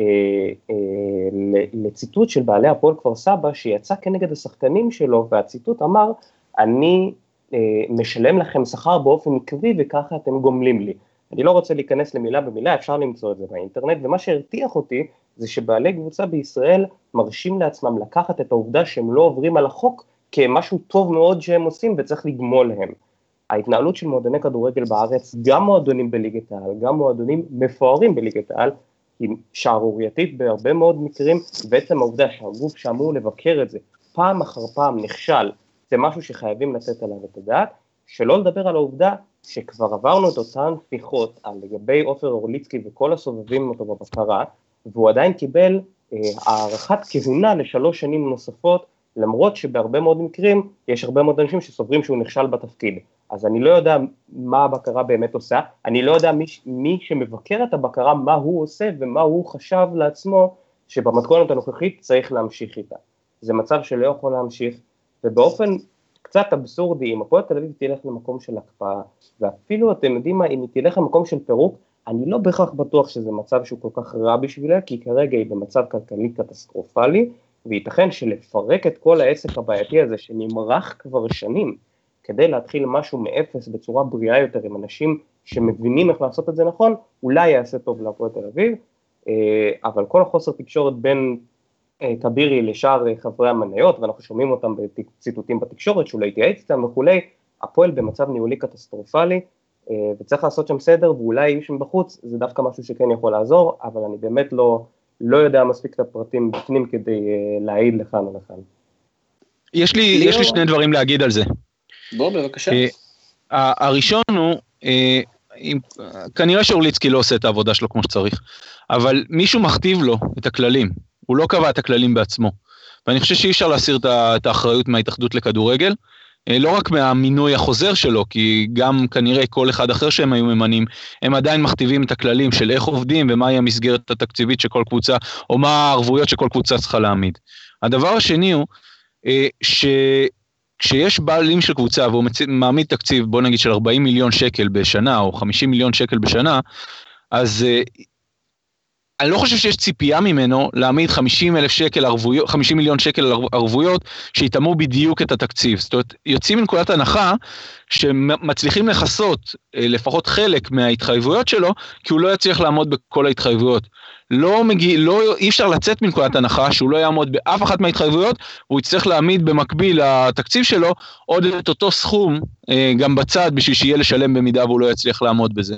לציטוט של בעלי הפועל כפר סבא, שיצא כנגד השחקנים שלו, והציטוט אמר, אני משלם לכם שכר באופן עקבי וככה אתם גומלים לי. אני לא רוצה להיכנס למילה במילה, אפשר למצוא את זה באינטרנט, ומה שהרתיח אותי זה שבעלי קבוצה בישראל מרשים לעצמם לקחת את העובדה שהם לא עוברים על החוק כמשהו טוב מאוד שהם עושים וצריך לגמול להם. ההתנהלות של מועדוני כדורגל בארץ, גם מועדונים בליגת העל, גם מועדונים מפוארים בליגת העל, היא שערורייתית בהרבה מאוד מקרים, בעצם העובדה שהגוף שאמור לבקר את זה, פעם אחר פעם נכשל, זה משהו שחייבים לתת עליו את הדעת, שלא לדבר על העובדה שכבר עברנו את אותן תפיחות על לגבי עופר אורליצקי וכל הסובבים אותו בבקרה, והוא עדיין קיבל הערכת כהונה ל3 שנים נוספות, למרות שבהרבה מאוד מקרים יש הרבה מאוד אנשים שסוברים שהוא נכשל בתפקיד. אז אני לא יודע מה הבקרה באמת עושה, אני לא יודע מי שמבקר את הבקרה, מה הוא עושה ומה הוא חשב לעצמו שבמתכונת הנוכחית צריך להמשיך איתה. זה מצב שלא יכול להמשיך, ובאופן קצת אבסורדי, אם הפועל תל אביב תלך למקום של הקפאה, ואפילו אתם יודעים מה, אם היא תלך למקום של פירוק, אני לא בהכרח בטוח שזה מצב שהוא כל כך רע בשבילה, כי כרגע היא במצב כלכלי קטסטרופלי, וייתכן שלפרק את כל העסק הבעייתי הזה שנמרח כבר שנים, כדי להתחיל משהו מאפס בצורה בריאה יותר עם אנשים שמבינים איך לעשות את זה נכון, אולי יעשה טוב להפועל תל אביב, אבל כל החוסר תקשורת בין כבירי לשאר חברי המניות, ואנחנו שומעים אותם בציטוטים בתקשורת, שאולי תייעץ איתם וכולי, הפועל במצב ניהולי קטסטרופלי, וצריך לעשות שם סדר, ואולי אם שם בחוץ, זה דווקא משהו שכן יכול לעזור, אבל אני באמת לא יודע מספיק את הפרטים בפנים כדי להעיד לכאן או לכאן. יש לי שני דברים להגיד על זה. בוא, בבקשה. הראשון הוא, כנראה שאורליצקי לא עושה את העבודה שלו כמו שצריך, אבל מישהו מכתיב לו את הכללים, הוא לא קבע את הכללים בעצמו, ואני חושב שאי אפשר להסיר את האחריות מההתאחדות לכדורגל, לא רק מהמינוי החוזר שלו, כי גם כנראה כל אחד אחר שהם היו ממנים, הם עדיין מכתיבים את הכללים של איך עובדים, ומהי המסגרת התקציבית של כל קבוצה, או מה הערבויות שכל קבוצה צריכה להעמיד. הדבר השני הוא, כשיש בעלים של קבוצה, והוא מעמיד תקציב, בוא נגיד של 40 מיליון שקל בשנה, או 50 מיליון שקל בשנה, אז אני לא חושב שיש ציפייה ממנו להעמיד 50 מיליון שקל ערבויות, שיתאמו בדיוק את התקציב. זאת אומרת, יוצאים מנקודת הנחה, שמצליחים לחסות לפחות חלק מההתחייבויות שלו, כי הוא לא יצליח לעמוד בכל ההתחייבויות. אי אפשר לצאת מנקודת הנחה, שהוא לא יעמוד באף אחת מההתחייבויות, והוא יצטרך להעמיד במקביל לתקציב שלו, עוד את אותו סכום, גם בצד, בשביל שיהיה לשלם במידה, והוא לא יצליח לעמוד בזה.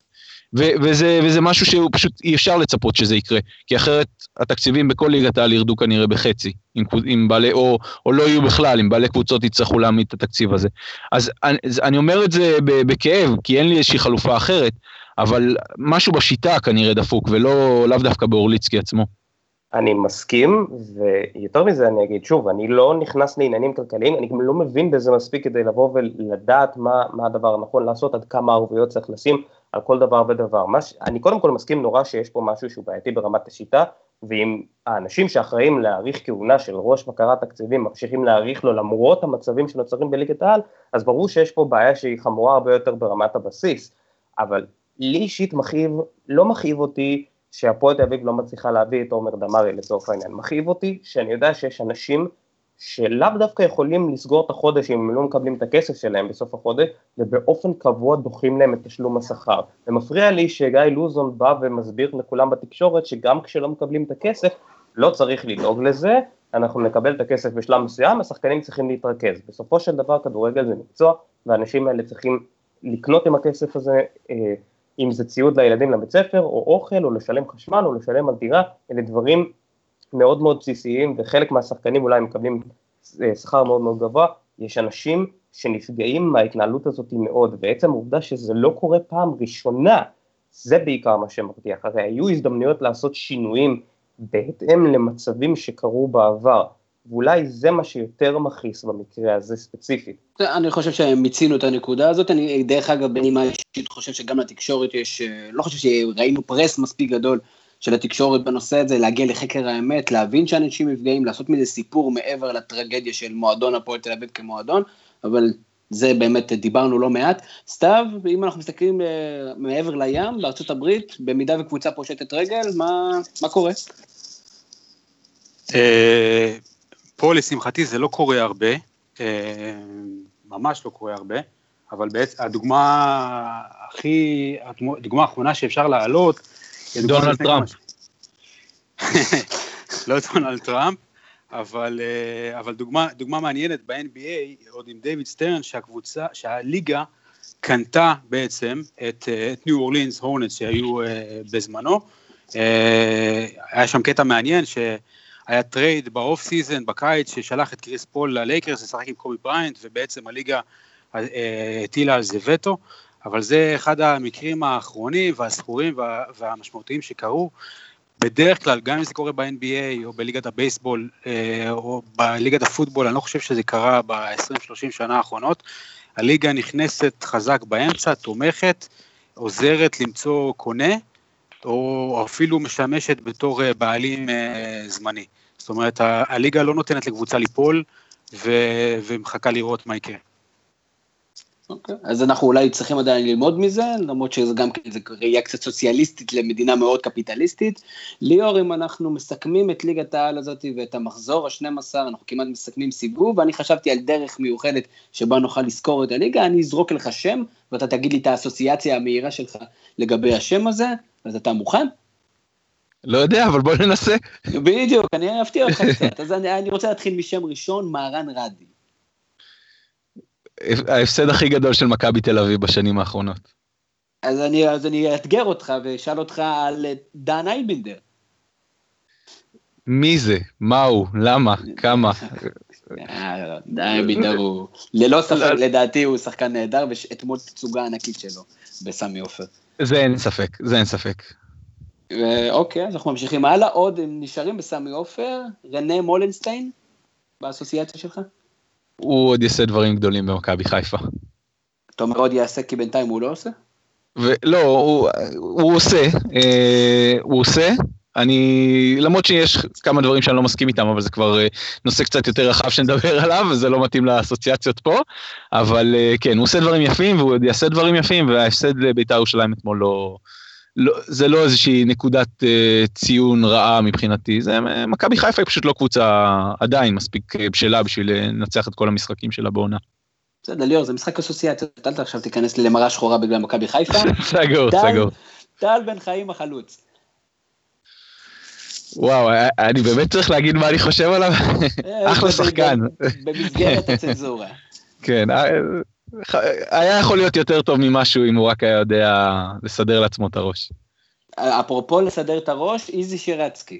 וזה משהו שהוא פשוט אי אפשר לצפות שזה יקרה, כי אחרת התקציבים בכל ליגת העל ירדו כנראה בחצי, עם בעלי, או לא יהיו בכלל, אם בעלי קבוצות יצטרכו להעמיד את התקציב הזה. אז אני אומר את זה בכאב, כי אין לי איזושהי חלופה אחרת, אבל משהו בשיטה כנראה דפוק, לאו דווקא באורליצקי עצמו. אני מסכים, ויותר מזה אני אגיד, שוב, אני לא נכנס לעניינים כלכליים, אני גם לא מבין בזה מספיק כדי לבוא ולדעת מה הדבר הנכון לעשות, עד כמה ערבויות צריך לשים על כל דבר ודבר. אני קודם כל מסכים נורא שיש פה משהו שהוא בעייתי ברמת השיטה, ואם האנשים שאחראים להאריך כהונה של ראש בקרת תקציבים, ממשיכים להאריך לו למרות המצבים שנוצרים בליגת העל, אז ברור שיש פה בעיה שהיא חמורה הרבה יותר ברמת הבסיס, אבל לי אישית לא מכאיב אותי, שהפועל תל אביב לא מצליחה להביא את עומר דמרי לצורך העניין. מכאיב אותי שאני יודע שיש אנשים שלאו דווקא יכולים לסגור את החודש אם הם לא מקבלים את הכסף שלהם בסוף החודש, ובאופן קבוע דוחים להם את תשלום השכר. ומפריע לי שגיא לוזון בא ומסביר לכולם בתקשורת שגם כשלא מקבלים את הכסף, לא צריך לדאוג לזה, אנחנו נקבל את הכסף בשלב מסוים, השחקנים צריכים להתרכז. בסופו של דבר כדורגל זה מקצוע, והאנשים האלה צריכים לקנות עם הכסף הזה, אם זה ציוד לילדים לבית ספר, או אוכל, או לשלם חשמל, או לשלם על דירה, אלה דברים מאוד מאוד בסיסיים, וחלק מהשחקנים אולי מקבלים שכר מאוד מאוד גבוה, יש אנשים שנפגעים מההתנהלות הזאת מאוד, בעצם העובדה שזה לא קורה פעם ראשונה, זה בעיקר מה שמרתיח, הרי היו הזדמנויות לעשות שינויים, בהתאם למצבים שקרו בעבר, ואולי זה מה שיותר מכעיס במקרה הזה ספציפית. אני חושב שמיצינו את הנקודה הזאת, אני דרך אגב בנימה אישית חושב שגם לתקשורת יש, לא חושב שראינו פרס מספיק גדול של התקשורת בנושא הזה, להגיע לחקר האמת, להבין שאנשים מפגעים, לעשות מזה סיפור מעבר לטרגדיה של מועדון הפועל תל אביב כמועדון, אבל זה באמת דיברנו לא מעט. סתיו, אם אנחנו מסתכלים מעבר לים, בארצות הברית, במידה וקבוצה פושטת רגל, מה קורה? פה לשמחתי זה לא קורה הרבה, ממש לא קורה הרבה, אבל בעצם הדוגמה האחרונה שאפשר להעלות, דונלד טראמפ. לא דונלד טראמפ, אבל דוגמה מעניינת ב-NBA, עוד עם דיוויד סטרן, שהליגה קנתה בעצם את ניו אורלינס הורנטס שהיו בזמנו, היה שם קטע מעניין היה טרייד באוף סיזן, בקיץ, ששלח את קריס פול ללייקרס, לשחק עם קובי בריינט, ובעצם הליגה הטילה על זה וטו, אבל זה אחד המקרים האחרונים, והסחורים והמשמעותיים שקרו, בדרך כלל, גם אם זה קורה ב-NBA, או בליגת הבייסבול, או בליגת הפוטבול, אני לא חושב שזה קרה ב-20-30 שנה האחרונות, הליגה נכנסת חזק באמצע, תומכת, עוזרת למצוא קונה, או אפילו משמשת בתור בעלים זמני. זאת אומרת, הליגה לא נותנת לקבוצה ליפול, ומחכה לראות מה יקרה. אוקיי, אז אנחנו אולי צריכים עדיין ללמוד מזה, למרות שזה גם כן, זה ראייה קצת סוציאליסטית למדינה מאוד קפיטליסטית. ליאור, אם אנחנו מסכמים את ליגת העל הזאת ואת המחזור ה-12, אנחנו כמעט מסכמים סיבוב, ואני חשבתי על דרך מיוחדת שבה נוכל לזכור את הליגה, אני אזרוק לך שם, ואתה תגיד לי את האסוציאציה המהירה שלך לגבי השם הזה, אז אתה מוכן? לא יודע, אבל בוא ננסה. בדיוק, אני אפתיע אותך קצת, אז אני רוצה להתחיל משם ראשון, מהרן רדי. ההפסד הכי גדול של מכבי תל אביב בשנים האחרונות. אז אני אתגר אותך ושאל אותך על דן אייבינדר. מי זה? מהו? למה? כמה? די בידר, ללא ספק, לדעתי הוא שחקן נהדר, ואתמול תצוגה ענקית שלו בסמי עופר. זה אין ספק, זה אין ספק. אוקיי, אז אנחנו ממשיכים הלאה, עוד נשארים בסמי עופר, רנה מולנסטיין, באסוציאציה שלך? הוא עוד יעשה דברים גדולים במכבי חיפה. אתה אומר עוד יעשה כי בינתיים הוא לא עושה? לא, הוא עושה, למרות שיש כמה דברים שאני לא מסכים איתם, אבל זה כבר נושא קצת יותר רחב שנדבר עליו, וזה לא מתאים לאסוציאציות פה, אבל כן, הוא עושה דברים יפים, והוא עוד יעשה דברים יפים, וההפסד לבית"ר ירושלים אתמול זה לא איזושהי נקודת ציון רעה מבחינתי, זה מכבי חיפה היא פשוט לא קבוצה עדיין מספיק בשלה בשביל לנצח את כל המשחקים שלה בעונה. בסדר, ליאור, זה משחק אסוציאציות, אתה עכשיו תיכנס לי למראה שחורה בגלל מכבי חיפה. סגור. טל בן חיים החלוץ. וואו, אני באמת צריך להגיד מה אני חושב עליו, אחלה שחקן. במסגרת הצנזורה. כן, היה יכול להיות יותר טוב ממשהו אם הוא רק היה יודע לסדר לעצמו את הראש. אפרופו לסדר את הראש, איזי שירצקי.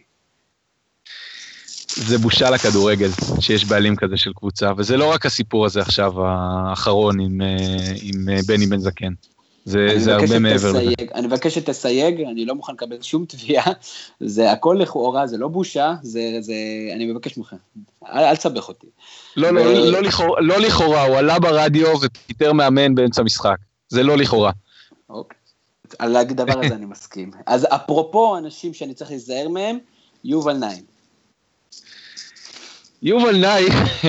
זה בושה לכדורגל שיש בעלים כזה של קבוצה, וזה לא רק הסיפור הזה עכשיו האחרון עם בני בן זקן. זה הרבה מעבר לזה. אני מבקש שתסייג, אני לא מוכן לקבל שום תביעה, זה הכל לכאורה, זה לא בושה, אני מבקש מכם, אל תסבך אותי. לא לכאורה, הוא עלה ברדיו ופיטר מאמן באמצע משחק, זה לא לכאורה. אוקיי, על הדבר הזה אני מסכים. אז אפרופו אנשים שאני צריך להיזהר מהם, יובל נעים. יובל נאי,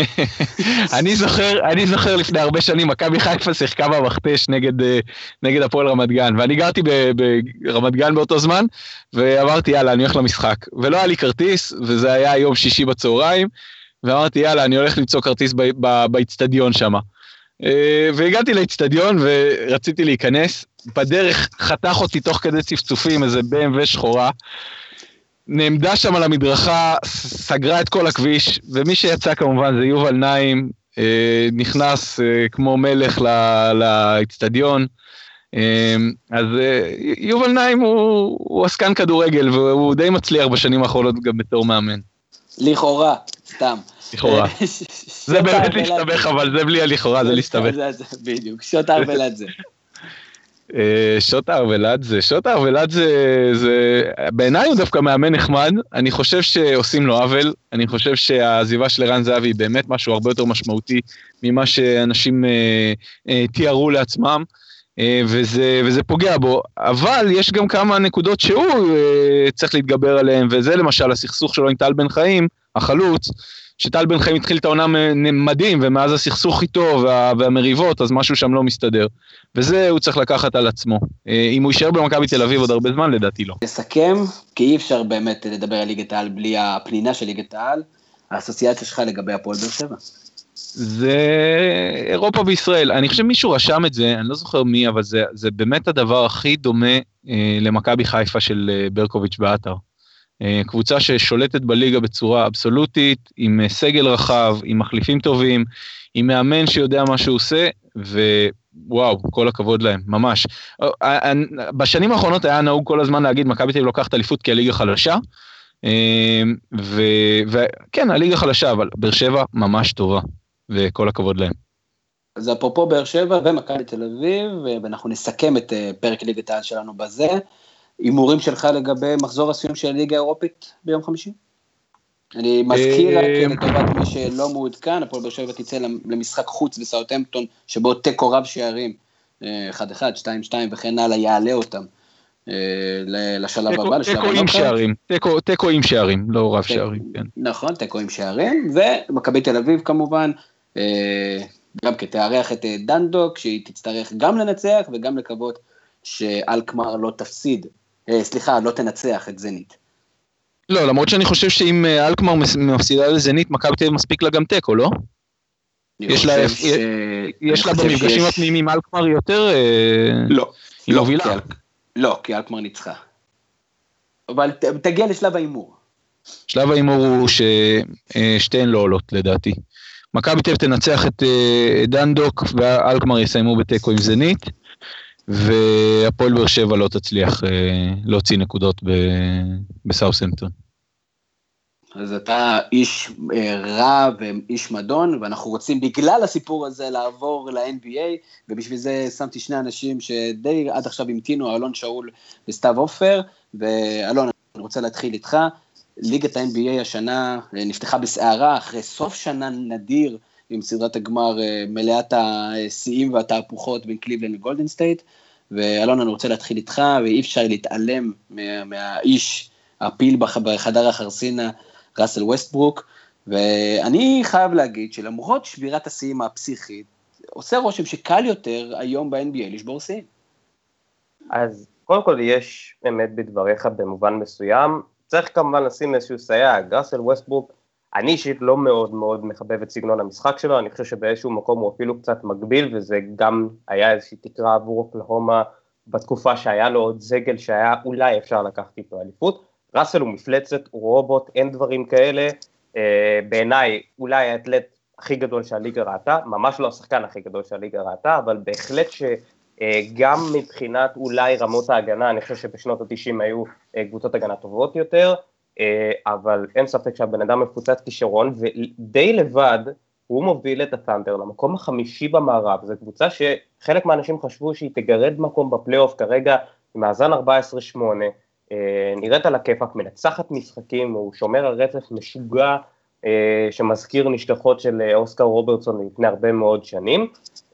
אני זוכר לפני הרבה שנים, מכבי חיפה שיחקה במכתש נגד הפועל רמת גן, ואני גרתי ברמת גן באותו זמן, ואמרתי יאללה, אני הולך למשחק, ולא היה לי כרטיס, וזה היה יום שישי בצהריים, ואמרתי יאללה, אני הולך למצוא כרטיס באצטדיון שם. והגעתי לאצטדיון ורציתי להיכנס, בדרך חתך אותי תוך כדי צפצופים, איזה BMW שחורה, נעמדה שם על המדרכה, סגרה את כל הכביש, ומי שיצא כמובן זה יובל נעים, נכנס כמו מלך לאצטדיון, אז יובל נעים הוא עסקן כדורגל, והוא די מצליח בשנים האחרונות גם בתור מאמן. לכאורה, סתם. לכאורה. זה באמת להסתבך, אבל זה בלי הלכאורה, זה להסתבך. בדיוק, שוט ארוולאדזה. שוט ארוולאדזה, בעיניי הוא דווקא מאמן נחמד, אני חושב שעושים לו עוול, אני חושב שהעזיבה של ערן זהבי היא באמת משהו הרבה יותר משמעותי, ממה שאנשים תיארו לעצמם, וזה פוגע בו, אבל יש גם כמה נקודות שהוא צריך להתגבר עליהן, וזה למשל הסכסוך שלו עם טל בן חיים, החלוץ, שטל בן חיים התחיל את העונה מדהים, ומאז הסכסוך איתו והמריבות, אז משהו שם לא מסתדר. וזה הוא צריך לקחת על עצמו. אם הוא יישאר במכבי תל אביב עוד הרבה זמן, לדעתי לא. לסכם, כי אי אפשר באמת לדבר על ליגת העל בלי הפנינה של ליגת העל, האסוציאציה שלך לגבי הפועל באר שבע. זה אירופה בישראל. אני חושב מישהו רשם את זה, אני לא זוכר מי, אבל זה באמת הדבר הכי דומה למכבי חיפה של ברקוביץ' באתר. קבוצה ששולטת בליגה בצורה אבסולוטית, עם סגל רחב, עם מחליפים טובים, עם מאמן שיודע מה שהוא עושה, ווואו, כל הכבוד להם, ממש. בשנים האחרונות היה נהוג כל הזמן להגיד, מכבי תל אביב לוקחת אליפות כי הליגה חלשה, וכן, הליגה חלשה, אבל באר שבע ממש טובה, וכל הכבוד להם. אז אפרופו באר שבע ומכבי תל אביב, ואנחנו נסכם את פרק ליגת העל שלנו בזה, הימורים שלך לגבי מחזור הסיום של הליגה האירופית ביום חמישי? אני מזכיר רק לטובת מי שלא מעודכן, הפועל באר שבע תצא למשחק חוץ בסאות'המפטון, שבו תיקו רב שערים, 1-1, 2-2 וכן הלאה, יעלה אותם לשלב הבא. תיקו עם שערים, לא רב שערים. נכון, תיקו עם שערים, ומכבי תל אביב כמובן, גם כתארח את דנדוק, שהיא תצטרך גם לנצח וגם לקוות שאלקמר לא לא תנצח את זנית. לא, למרות שאני חושב שאם אלקמר מפסידה לזנית, מכבי תל אביב מספיק לה גם תיקו, לא? יש לה במפגשים הפנימיים עם אלקמר יותר... לא, כי אלקמר ניצחה. אבל תגיע לשלב האימור. שלב האימור הוא ששתיהן לא עולות לדעתי. מכבי תל אביב תנצח את דנדוק, ואלקמר יסיימו בתיקו עם זנית, והפועל באר שבע לא תצליח להוציא נקודות בסאות'המפטון. אז אתה איש רע ואיש מדון, ואנחנו רוצים בגלל הסיפור הזה לעבור ל-NBA, ובשביל זה שמתי שני אנשים שדי עד עכשיו המתינו, אלון שאול וסתיו עופר, ואלון, אני רוצה להתחיל איתך. ליגת ה-NBA השנה נפתחה בסערה, אחרי סוף שנה נדיר, עם סדרת הגמר מלאת השיאים והתהפוכות בין קליבלנד וגולדן סטייט, ואלון, אני רוצה להתחיל איתך, ואי אפשר להתעלם מהאיש הפיל בחדר החרסינה, ראסל ווסטברוק, ואני חייב להגיד שלמרות שבירת השיאים הפסיכית, עושה רושם שקל יותר היום ב-NBA לשבור שיאים. אז קודם כל יש באמת בדבריך במובן מסוים, צריך כמובן לשים איזשהו סייג, ראסל ווסטברוק, אני אישית לא מאוד מאוד מחבב את סגנון המשחק שלו, אני חושב שבאיזשהו מקום הוא אפילו קצת מגביל, וזה גם היה איזושהי תקרה עבור אוקלהומה, בתקופה שהיה לו עוד זגל שהיה אולי אפשר לקחת איתו אליפות, ראסל הוא מפלצת, הוא רובוט, אין דברים כאלה, בעיניי אולי האתלט הכי גדול שהליגה ראתה, ממש לא השחקן הכי גדול שהליגה ראתה, אבל בהחלט שגם מבחינת אולי רמות ההגנה, אני חושב שבשנות ה-90 היו קבוצות הגנה טובות יותר, אבל אין ספק שהבן אדם מפוצץ כישרון, ודי לבד הוא מוביל את הת'נדר למקום החמישי במערב, זו קבוצה שחלק מהאנשים חשבו שהיא תגרד מקום בפלייאוף כרגע, מאזן 14-8, נראית על הכיפק, מנצחת משחקים, הוא שומר על רצף משוגע, שמזכיר נשכחות של אוסקר רוברטסון לפני הרבה מאוד שנים,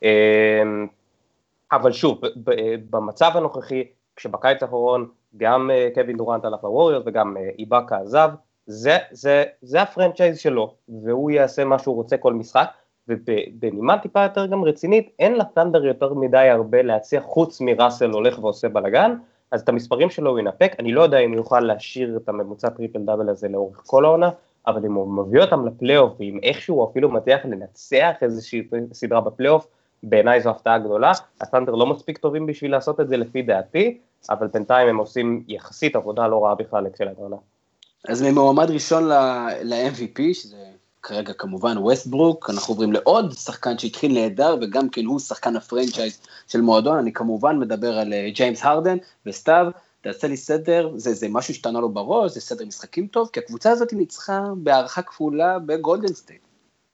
אבל שוב, במצב הנוכחי, כשבקיץ האחרון, גם קווין דורנט הלך לווריורס וגם איבאקה עזב, זה הפרנצ'ייז שלו, והוא יעשה מה שהוא רוצה כל משחק, ובנימה טיפה יותר גם רצינית, אין לת'נדר יותר מדי הרבה להציע, חוץ מראסל הולך ועושה בלגן, אז את המספרים שלו הוא ינפק, אני לא יודע אם הוא יוכל להשאיר את הממוצע טריפל דאבל הזה לאורך כל העונה, אבל אם הוא מביא אותם לפלייאוף, ואם איכשהו אפילו מצליח לנצח איזושהי סדרה בפלייאוף, בעיניי זו הפתעה גדולה, הת'נדר לא מספיק טובים בשביל לעשות את זה לפי דעתי, אבל בינתיים הם עושים יחסית עבודה לא רעה בכלל לתחילת העונה. אז ממועמד ראשון ל-MVP, שזה כרגע כמובן ווסטברוק, אנחנו עוברים לעוד שחקן שהתחיל נהדר, וגם כן הוא שחקן הפרנצ'ייז של מועדון, אני כמובן מדבר על ג'יימס הרדן, וסתיו, תעשה לי סדר, זה משהו שתענה לו בראש, זה סדר משחקים טוב, כי הקבוצה הזאת ניצחה בהערכה כפולה בגולדן סטייט.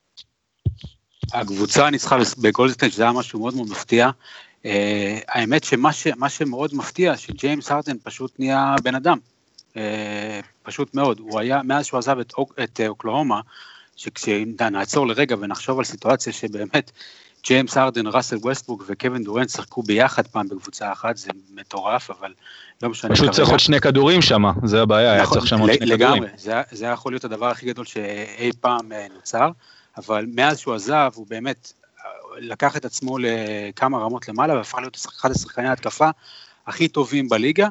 הקבוצה ניצחה בגולדן סטייט, זה היה משהו מאוד מאוד מפתיע, האמת שמה שמאוד מפתיע, שג'יימס הרדן פשוט נהיה בן אדם, פשוט מאוד, הוא היה, מאז שהוא עזב את אוקלהומה, שכשנעצור לרגע ונחשוב על סיטואציה שבאמת ג'יימס הרדן, ראסל ווסטברוק וקווין דורנט שחקו ביחד פעם בקבוצה אחת, זה מטורף, אבל לא משנה. פשוט צריך עוד שני כדורים שם, זה הבעיה, היה צריך שם עוד שני כדורים. לגמרי, זה יכול להיות הדבר הכי גדול שאי פעם נוצר, אבל מאז שהוא עזב, הוא באמת לקח את עצמו לכמה רמות למעלה, והפך להיות אחד השחקני ההתקפה הכי טובים בליגה,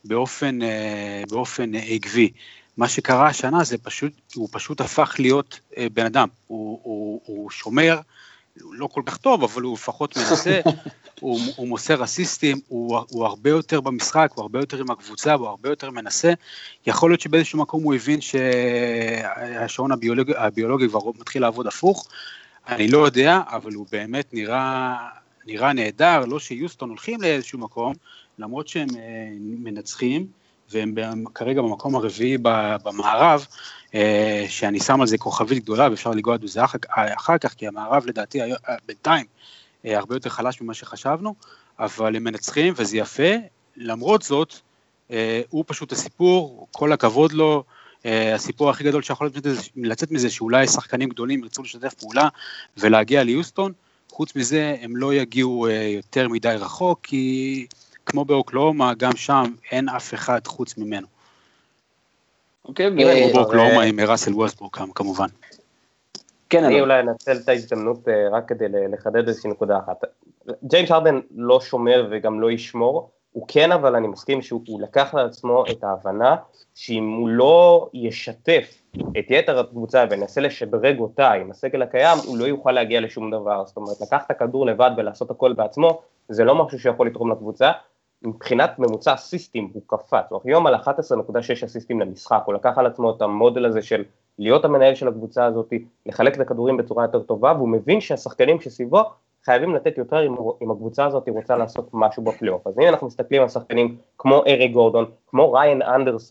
באופן עקבי. מה שקרה השנה זה פשוט, הוא פשוט הפך להיות בן אדם, הוא שומר, הוא לא כל כך טוב, אבל הוא לפחות מנסה, הוא מוסר אסיסטים, הוא הרבה יותר במשחק, הוא הרבה יותר עם הקבוצה, הוא הרבה יותר מנסה, יכול להיות שבאיזשהו מקום הוא הבין שהשעון הביולוגי כבר מתחיל לעבוד הפוך, אני לא יודע, אבל הוא באמת נראה נהדר, לא שיוסטון הולכים לאיזשהו מקום, למרות שהם מנצחים, והם כרגע במקום הרביעי במערב, שאני שם על זה כוכבית גדולה, ואפשר לגוע בזה אחר כך, כי המערב לדעתי בינתיים הרבה יותר חלש ממה שחשבנו, אבל הם מנצחים וזה יפה, למרות זאת, הוא פשוט הסיפור, כל הכבוד לו, הסיפור הכי גדול שיכול לצאת מזה, שאולי שחקנים גדולים ירצו לשתף פעולה, ולהגיע ליוסטון, חוץ מזה הם לא יגיעו יותר מדי רחוק, כי כמו באוקלהומה, גם שם אין אף אחד חוץ ממנו. אוקיי, כמו באוקלהומה עם ראסל ווסטברוק כמובן. אני אולי אנצל את ההזדמנות רק כדי לחדד איזושהי נקודה אחת. ג'יימס הרדן לא שומר וגם לא ישמור, הוא כן, אבל אני מסכים שהוא לקח לעצמו את ההבנה, שאם הוא לא ישתף את יתר הקבוצה ונסה לשדרג אותה עם הסגל הקיים, הוא לא יוכל להגיע לשום דבר. זאת אומרת, לקח את הכדור לבד ולעשות הכל בעצמו, זה לא משהו שיכול לתרום לקבוצה. מבחינת ממוצע אסיסטים הוא קפץ, הוא היום על 11.6 אסיסטים למשחק, הוא לקח על עצמו את המודל הזה של להיות המנהל של הקבוצה הזאת, לחלק את הכדורים בצורה יותר טובה, והוא מבין שהשחקנים שסביבו חייבים לתת יותר אם הקבוצה הזאת רוצה לעשות משהו בפלייאוף. אז הנה אנחנו מסתכלים על שחקנים כמו אריק גורדון, כמו ריין אנדרסון,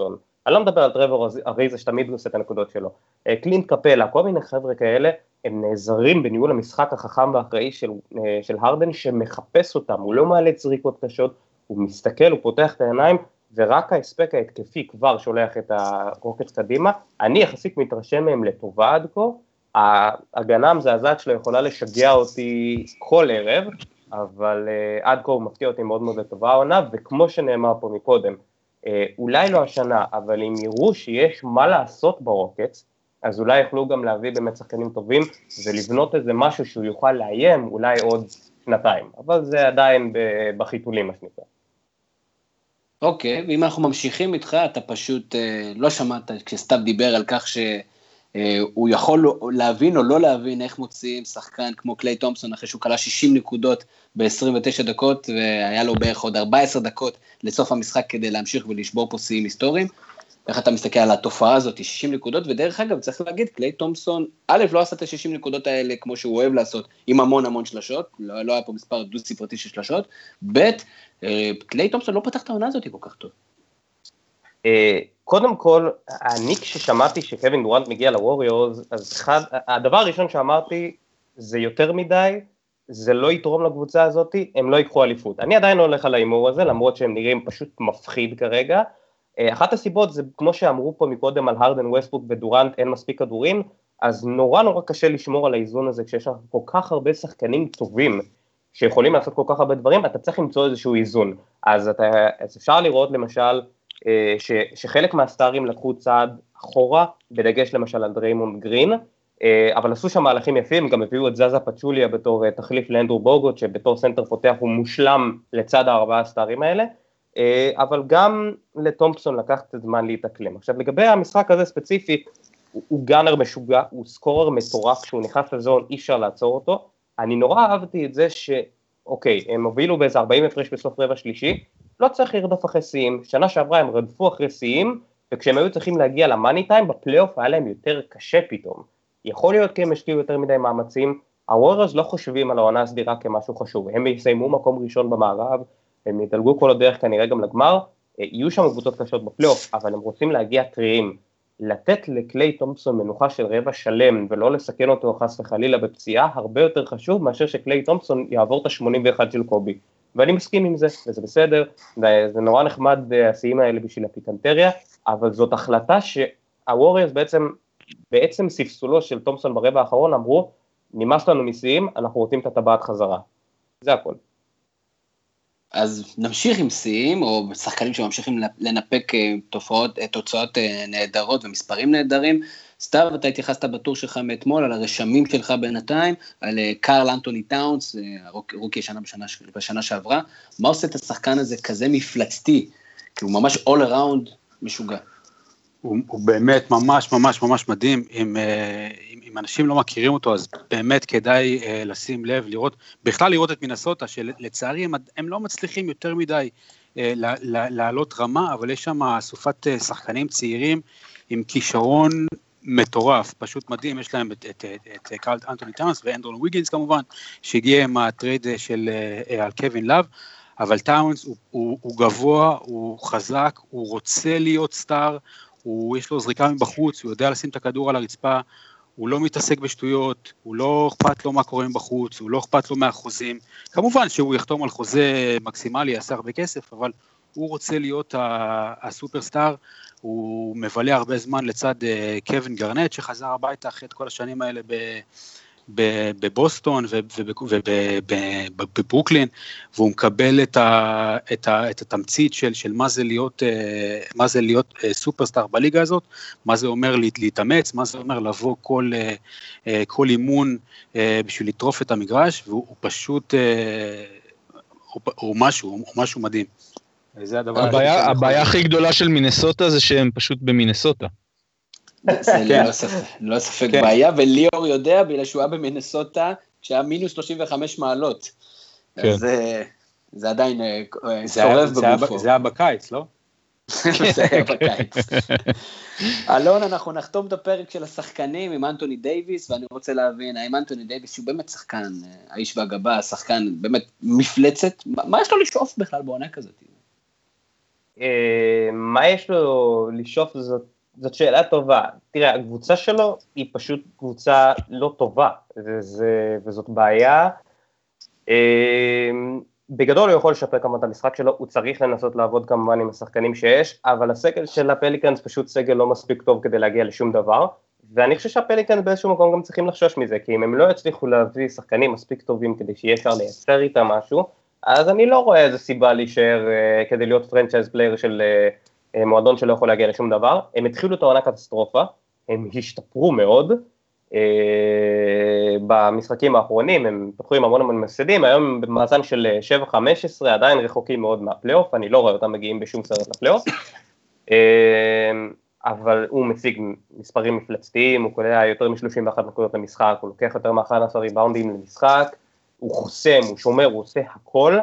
אני לא מדבר על טרוור אריזה שתמיד עושה את הנקודות שלו, קלינט קפלה, כל מיני חבר'ה כאלה, הם נעזרים בניהול המשחק החכם והאחראי של הרדן שמחפש אותם, הוא לא מעלה זריקות קשות, הוא מסתכל, הוא פותח את העיניים, ורק ההספק ההתקפי כבר שולח את הרוקטס קדימה, אני יחסית מתרשם מהם לטובה עד כה, ההגנה המזעזעת שלו יכולה לשגע אותי כל ערב, אבל עד כה הוא מפתיע אותי מאוד מאוד לטובה העונה, וכמו שנאמר פה מקודם, אולי לא השנה, אבל אם יראו שיש מה לעשות ברוקטס, אז אולי יוכלו גם להביא באמת שחקנים טובים, ולבנות איזה משהו שהוא יוכל לאיים, אולי עוד שנתיים, אבל זה עדיין בחיתולים מה שנקרא. אוקיי, ואם אנחנו ממשיכים איתך, אתה פשוט לא שמעת כשסתיו דיבר על כך שהוא יכול להבין או לא להבין איך מוציאים שחקן כמו קליי תומפסון, אחרי שהוא קלה 60 נקודות ב-29 דקות, והיה לו בערך עוד 14 דקות לסוף המשחק כדי להמשיך ולשבור פה שיאים היסטוריים. איך אתה מסתכל על התופעה הזאת, 60 נקודות, ודרך אגב צריך להגיד, קליי תומפסון, א' לא עשה את ה-60 נקודות האלה כמו שהוא אוהב לעשות, עם המון שלשות, לא היה פה מספר דו ספרתי של שלשות, ב' קליי תומפסון לא פתח את העונה הזאת כל כך טוב. קודם כל, אני כששמעתי שקווין דורנט מגיע לווריורס, אז הדבר הראשון שאמרתי, זה יותר מדי, זה לא יתרום לקבוצה הזאת, הם לא ייקחו אליפות. אני עדיין לא הולך על האימור הזה, למרות שהם נראים פשוט מפחיד כרגע. אחת הסיבות זה, כמו שאמרו פה מקודם על הרדן ווסטברוק ודורנט, אין מספיק כדורים, אז נורא קשה לשמור על האיזון הזה, כשיש כל כך הרבה שחקנים טובים, שיכולים לעשות כל כך הרבה דברים, אתה צריך למצוא איזשהו איזון. אז אפשר לראות למשל, שחלק מהסטארים לקחו צעד אחורה, בדגש למשל על דריימונד גרין, אבל עשו שם מהלכים יפים, גם הביאו את זאזה פצ'וליה בתור תחליף לאנדרו בוגוט, שבתור סנטר פותח הוא מושלם לצד הארבעה הסטארים האלה, אבל גם לתומפסון לקח את הזמן להתאקלם. עכשיו לגבי המשחק הזה ספציפי, הוא גאנר משוגע, הוא סקורר מטורף, כשהוא נכנס לזון אי אפשר לעצור אותו, אני נורא אהבתי את זה אוקיי, הם הובילו באיזה 40 הפרש בסוף רבע שלישי, לא צריך לרדוף אחרי שיאים, שנה שעברה הם רדפו אחרי שיאים, וכשהם היו צריכים להגיע למאני טיים, בפלייאוף היה להם יותר קשה פתאום. יכול להיות כי הם השקיעו יותר מדי מאמצים, הווריורס לא חושבים על העונה הסדירה כמשהו חשוב, הם יסיימו מקום ראשון במערב, הם ידלגו כל הדרך כנראה גם לגמר, יהיו שם קבוצות קשות בפלייאוף, אבל הם רוצים להגיע טריים, לתת לקליי תומפסון מנוחה של רבע שלם, ולא לסכן אותו חס וחלילה בפציעה, הרבה יותר חשוב מאשר שקליי תומפסון יעבור את ה-81 של קובי. ואני מסכים עם זה, וזה בסדר, זה נורא נחמד השיאים האלה בשביל הפיקנטריה, אבל זאת החלטה שהווריורס בעצם ספסולו של תומפסון ברבע האחרון, אמרו, נמאס לנו משיאים, אנחנו רוצים את הטבעת חזרה. זה הכל. אז נמשיך עם שיאים, או שחקנים שממשיכים לנפק תוצאות נהדרות ומספרים נהדרים. סתיו, אתה התייחסת בטור שלך מאתמול, על הרשמים שלך בינתיים, על קארל אנטוני טאונס, רוקי בשנה שעברה. מה עושה את השחקן הזה כזה מפלצתי? כי הוא ממש all around משוגע. הוא באמת ממש מדהים, אם אנשים לא מכירים אותו, אז באמת כדאי לשים לב, בכלל לראות את מינסוטה, שלצערי הם לא מצליחים יותר מדי לעלות רמה, אבל יש שם אסופת שחקנים צעירים עם כישרון מטורף, פשוט מדהים, יש להם את קארל אנטוני טאונס ואנדרון ויגינס כמובן, שהגיע עם הטרייד על קווין לאב, אבל טאונס הוא גבוה, הוא חזק, הוא רוצה להיות סטאר, יש לו זריקה מבחוץ, הוא יודע לשים את הכדור על הרצפה, הוא לא מתעסק בשטויות, הוא לא אכפת לו מה קורה מבחוץ, הוא לא אכפת לו מהאחוזים, כמובן שהוא יחתום על חוזה מקסימלי, יעשה הרבה כסף, אבל הוא רוצה להיות הסופרסטאר, הוא מבלה הרבה זמן לצד קווין גרנט, שחזר הביתה אחרי כל השנים האלה בבוסטון ובברוקלין, והוא מקבל את התמצית של מה זה להיות סופרסטאר בליגה הזאת, מה זה אומר להתאמץ, מה זה אומר לבוא כל אימון בשביל לטרוף את המגרש, והוא פשוט, הוא משהו מדהים. הבעיה הכי גדולה של מינסוטה זה שהם פשוט במינסוטה. זה לא ספק בעיה, וליאור יודע, בגלל שהוא היה במינסוטה, כשהיה מינוס 35 מעלות. זה עדיין סורב בגופו. זה היה בקיץ, לא? זה היה בקיץ. אלון, אנחנו נחתום את הפרק של השחקנים עם אנטוני דייביס, ואני רוצה להבין, האם אנטוני דייביס שהוא באמת שחקן, האיש והגבה, שחקן באמת מפלצת, מה יש לו לשאוף בכלל בעונה כזאת? מה יש לו לשאוף, זאת שאלה טובה. תראה, הקבוצה שלו היא פשוט קבוצה לא טובה, וזאת בעיה. בגדול הוא יכול לשפר כמובן את המשחק שלו, הוא צריך לנסות לעבוד כמובן עם השחקנים שיש, אבל הסגל של הפליקאנס פשוט סגל לא מספיק טוב כדי להגיע לשום דבר, ואני חושב שהפליקאנס באיזשהו מקום גם צריכים לחשוש מזה, כי אם הם לא יצליחו להביא שחקנים מספיק טובים כדי שיהיה אפשר לייצר איתם משהו, אז אני לא רואה איזה סיבה להישאר כדי להיות פרנצ'ייז פלייר של מועדון שלא יכול להגיע לשום דבר. הם התחילו את העונה קטסטרופה, הם השתפרו מאוד, במשחקים האחרונים, הם פתחו עם המון מסדים, היום במאזן של 7-15, עדיין רחוקים מאוד מהפלייאוף, אני לא רואה אותם מגיעים בשום סרט לפלייאוף, אבל הוא מציג מספרים מפלצתיים, הוא קולע יותר מ-31 נקודות למשחק, הוא לוקח יותר מ-11 ריבאונדים למשחק, הוא חוסם, הוא שומר, הוא עושה הכל,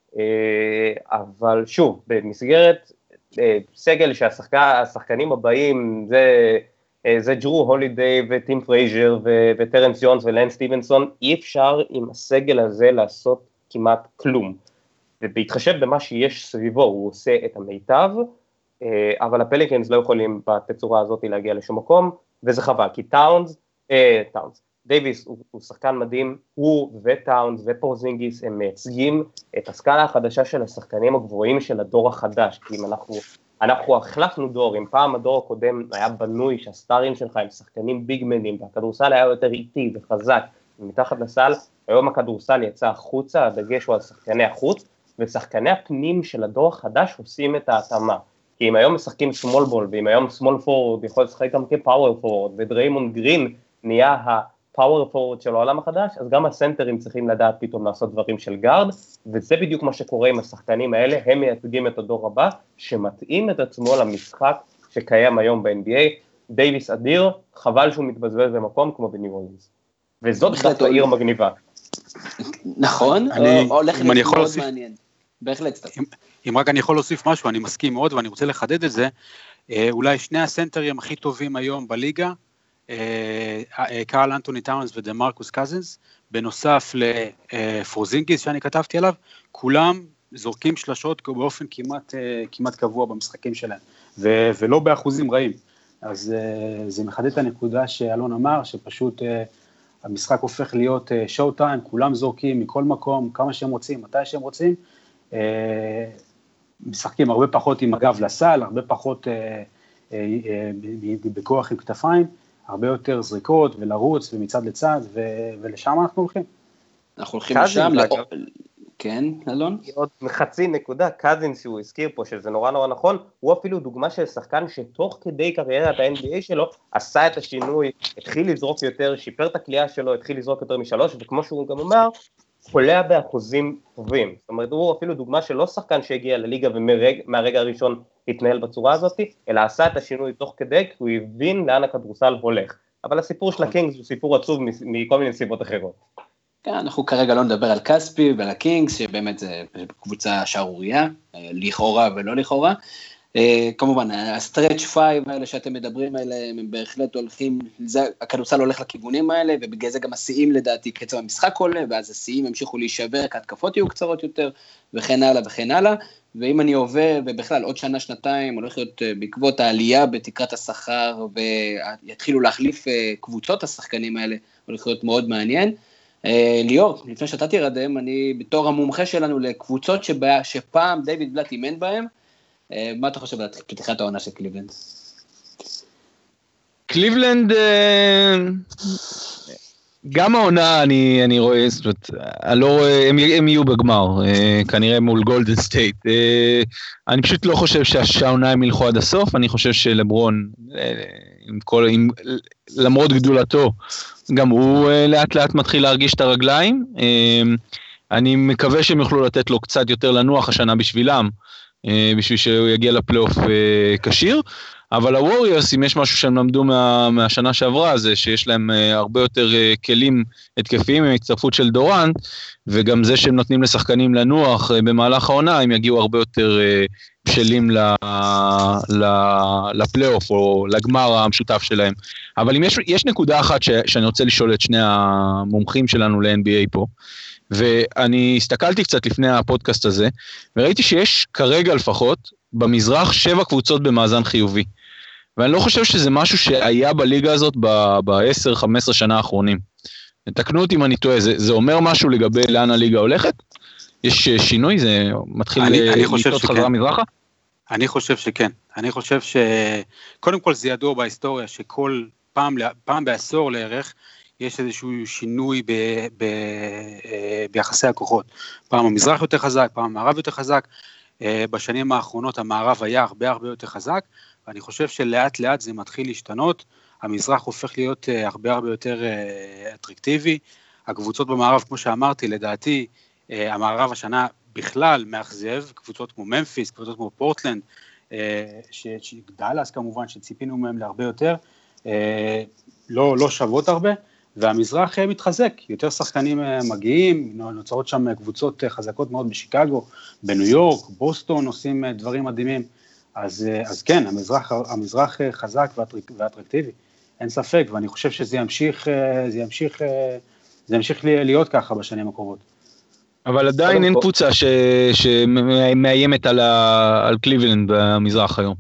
אבל שוב, במסגרת סגל שהשחקנים הבאים, זה ג'רו הולידיי וטים פרייזר וטרנס יונס ולן סטיבנסון, אי אפשר עם הסגל הזה לעשות כמעט כלום, ובהתחשב במה שיש סביבו, הוא עושה את המיטב, אבל הפליקאנס לא יכולים בתצורה הזאת להגיע לשום מקום, וזה חבל, כי דייביס הוא שחקן מדהים, הוא וטאונס ופורזינגיס, הם מייצגים את הסקאלה החדשה של השחקנים הגבוהים של הדור החדש, כי אם אנחנו החלפנו דור, אם פעם הדור הקודם היה בנוי שהסטארים שלך הם שחקנים ביגמנים, והכדורסל היה יותר איטי וחזק, ומתחת לסל, היום הכדורסל יצא החוצה, הדגש הוא על שחקני החוץ, ושחקני הפנים של הדור החדש עושים את ההתאמה, כי אם היום משחקים סמול בול, ואם היום סמול פורד יכול לשחק גם כפאוור פורד, ודריימונד גרין נהיה הפאוור פורד של העולם החדש, אז גם הסנטרים צריכים לדעת פתאום לעשות דברים של גארד, וזה בדיוק מה שקורה עם השחקנים האלה, הם מייצגים את הדור הבא, שמתאים את עצמו למשחק שקיים היום ב-NBA, דייביס אדיר, חבל שהוא מתבזבז במקום כמו בניו אורלינס, וזאת דווקא עיר מגניבה. נכון, הולך להיות מאוד מעניין. בהחלט. אם רק אני יכול להוסיף משהו, אני מסכים מאוד, ואני רוצה לחדד את זה, אולי שני הסנטרים הכי טובים היום בליגה, קארל אנטוני טאונס ודמרקוס קזינס, בנוסף לפרוזינגיס שאני כתבתי עליו, כולם זורקים שלשות באופן כמעט קבוע במשחקים שלהם, ולא באחוזים רעים. אז זה מחדד את הנקודה שאלון אמר, שפשוט המשחק הופך להיות שואו טיים, כולם זורקים מכל מקום, כמה שהם רוצים, מתי שהם רוצים, משחקים הרבה פחות עם הגב לסל, הרבה פחות בכוח עם כתפיים, הרבה יותר זריקות ולרוץ ומצד לצד, ולשם אנחנו הולכים. אנחנו הולכים לשם, כן, אלון? עוד חצי נקודה, קזינס שהוא הזכיר פה, שזה נורא נכון, הוא אפילו דוגמה של שחקן שתוך כדי קריירת ה-NBA שלו, עשה את השינוי, התחיל לזרוק יותר, שיפר את הקליעה שלו, התחיל לזרוק יותר משלוש, וכמו שהוא גם אומר, חולה באחוזים טובים. זאת אומרת, הוא אפילו דוגמה שלא שחקן שהגיע לליגה ומהרגע הראשון התנהל בצורה הזאת, אלא עשה את השינוי תוך כדי, כי הוא הבין לאן הכדורסל הולך. אבל הסיפור של הקינגס הוא סיפור עצוב מכל מיני סיבות אחרות. כן, אנחנו כרגע לא נדבר על קספי ועל הקינגס, שבאמת זה קבוצה שערוריה, לכאורה ולא לכאורה. כמובן, הסטרץ' פייב האלה שאתם מדברים עליהם, הם בהחלט הולכים, הכדורסל הולך לכיוונים האלה, ובגלל זה גם השיאים לדעתי, קצב המשחק עולה, ואז השיאים המשיכו להישבר, ההתקפות יהיו קצרות יותר, וכן הלאה וכן הלאה, ואם אני עובר, ובכלל עוד שנה, שנתיים, הולך להיות בעקבות העלייה בתקרת השכר, ויתחילו להחליף קבוצות השחקנים האלה, הולך להיות מאוד מעניין. ליאור, לפני שאתה תירדם, אני בתור המומחה שלנו לקבוצות שפעם דיוויד בלאט אימן בהם, מה אתה חושב על פתיחת העונה של קליבלנד? קליבלנד, גם העונה אני רואה, זאת אומרת, הם יהיו בגמר, כנראה מול גולדן סטייט. אני פשוט לא חושב שהעונה הם ילכו עד הסוף, אני חושב שלברון, למרות גדולתו, גם הוא לאט לאט מתחיל להרגיש את הרגליים. אני מקווה שהם יוכלו לתת לו קצת יותר לנוח השנה בשבילם, בשביל שהוא יגיע לפלייאוף קשיר, אבל הווריורס, אם יש משהו שהם למדו מהשנה שעברה, זה שיש להם הרבה יותר כלים התקפיים עם הצטרפות של דורנט, וגם זה שהם נותנים לשחקנים לנוח במהלך העונה, הם יגיעו הרבה יותר בשלים לפלייאוף או לגמר המשותף שלהם. אבל אם יש נקודה אחת שאני רוצה לשאול את שני המומחים שלנו ל-NBA פה, ואני הסתכלתי קצת לפני הפודקאסט הזה, וראיתי שיש כרגע לפחות במזרח 7 קבוצות במאזן חיובי. ואני לא חושב שזה משהו שהיה בליגה הזאת ב-10-15 שנה האחרונים. תקנו אותי אם אני טועה, זה אומר משהו לגבי לאן הליגה הולכת? יש שינוי? זה מתחיל לטעות חזרה מזרחה? אני חושב שכן. אני חושב שקודם כל זה ידוע בהיסטוריה שכל פעם בעשור לערך יש איזשהו שינוי ביחסי הכוחות. פעם המזרח יותר חזק, פעם המערב יותר חזק. בשנים האחרונות המערב היה הרבה יותר חזק, ואני חושב שלאט לאט זה מתחיל להשתנות. המזרח הופך להיות הרבה יותר אטרקטיבי. הקבוצות במערב, כמו שאמרתי, לדעתי, המערב השנה בכלל מאכזב, קבוצות כמו ממפיס, קבוצות כמו פורטלנד, שדאלאס כמובן, שציפינו מהם להרבה יותר, לא שוות הרבה, והמזרח מתחזק, יותר שחקנים מגיעים, נוצרות שם קבוצות חזקות מאוד בשיקגו, בניו יורק, בוסטון, עושים דברים מדהימים, אז כן, המזרח חזק ואטרקטיבי, אין ספק, ואני חושב שזה ימשיך להיות ככה בשנים הקרובות. אבל עדיין אין קבוצה שמאיימת על קליבלנד במזרח היום.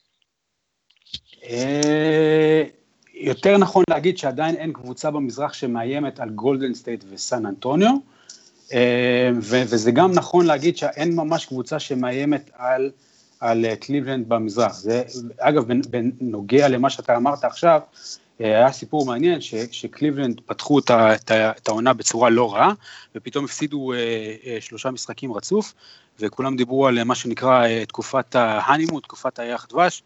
יותר נכון להגיד שעדיין אין קבוצה במזרח שמאיימת על גולדן סטייט וסן אנטוניו, וזה גם נכון להגיד שאין ממש קבוצה שמאיימת על קליבלנד במזרח. זה, אגב, בנוגע למה שאתה אמרת עכשיו, היה סיפור מעניין שקליבלנד פתחו את העונה בצורה לא רעה, ופתאום הפסידו 3 משחקים רצוף, וכולם דיברו על מה שנקרא תקופת ההנימון, תקופת הירח דבש,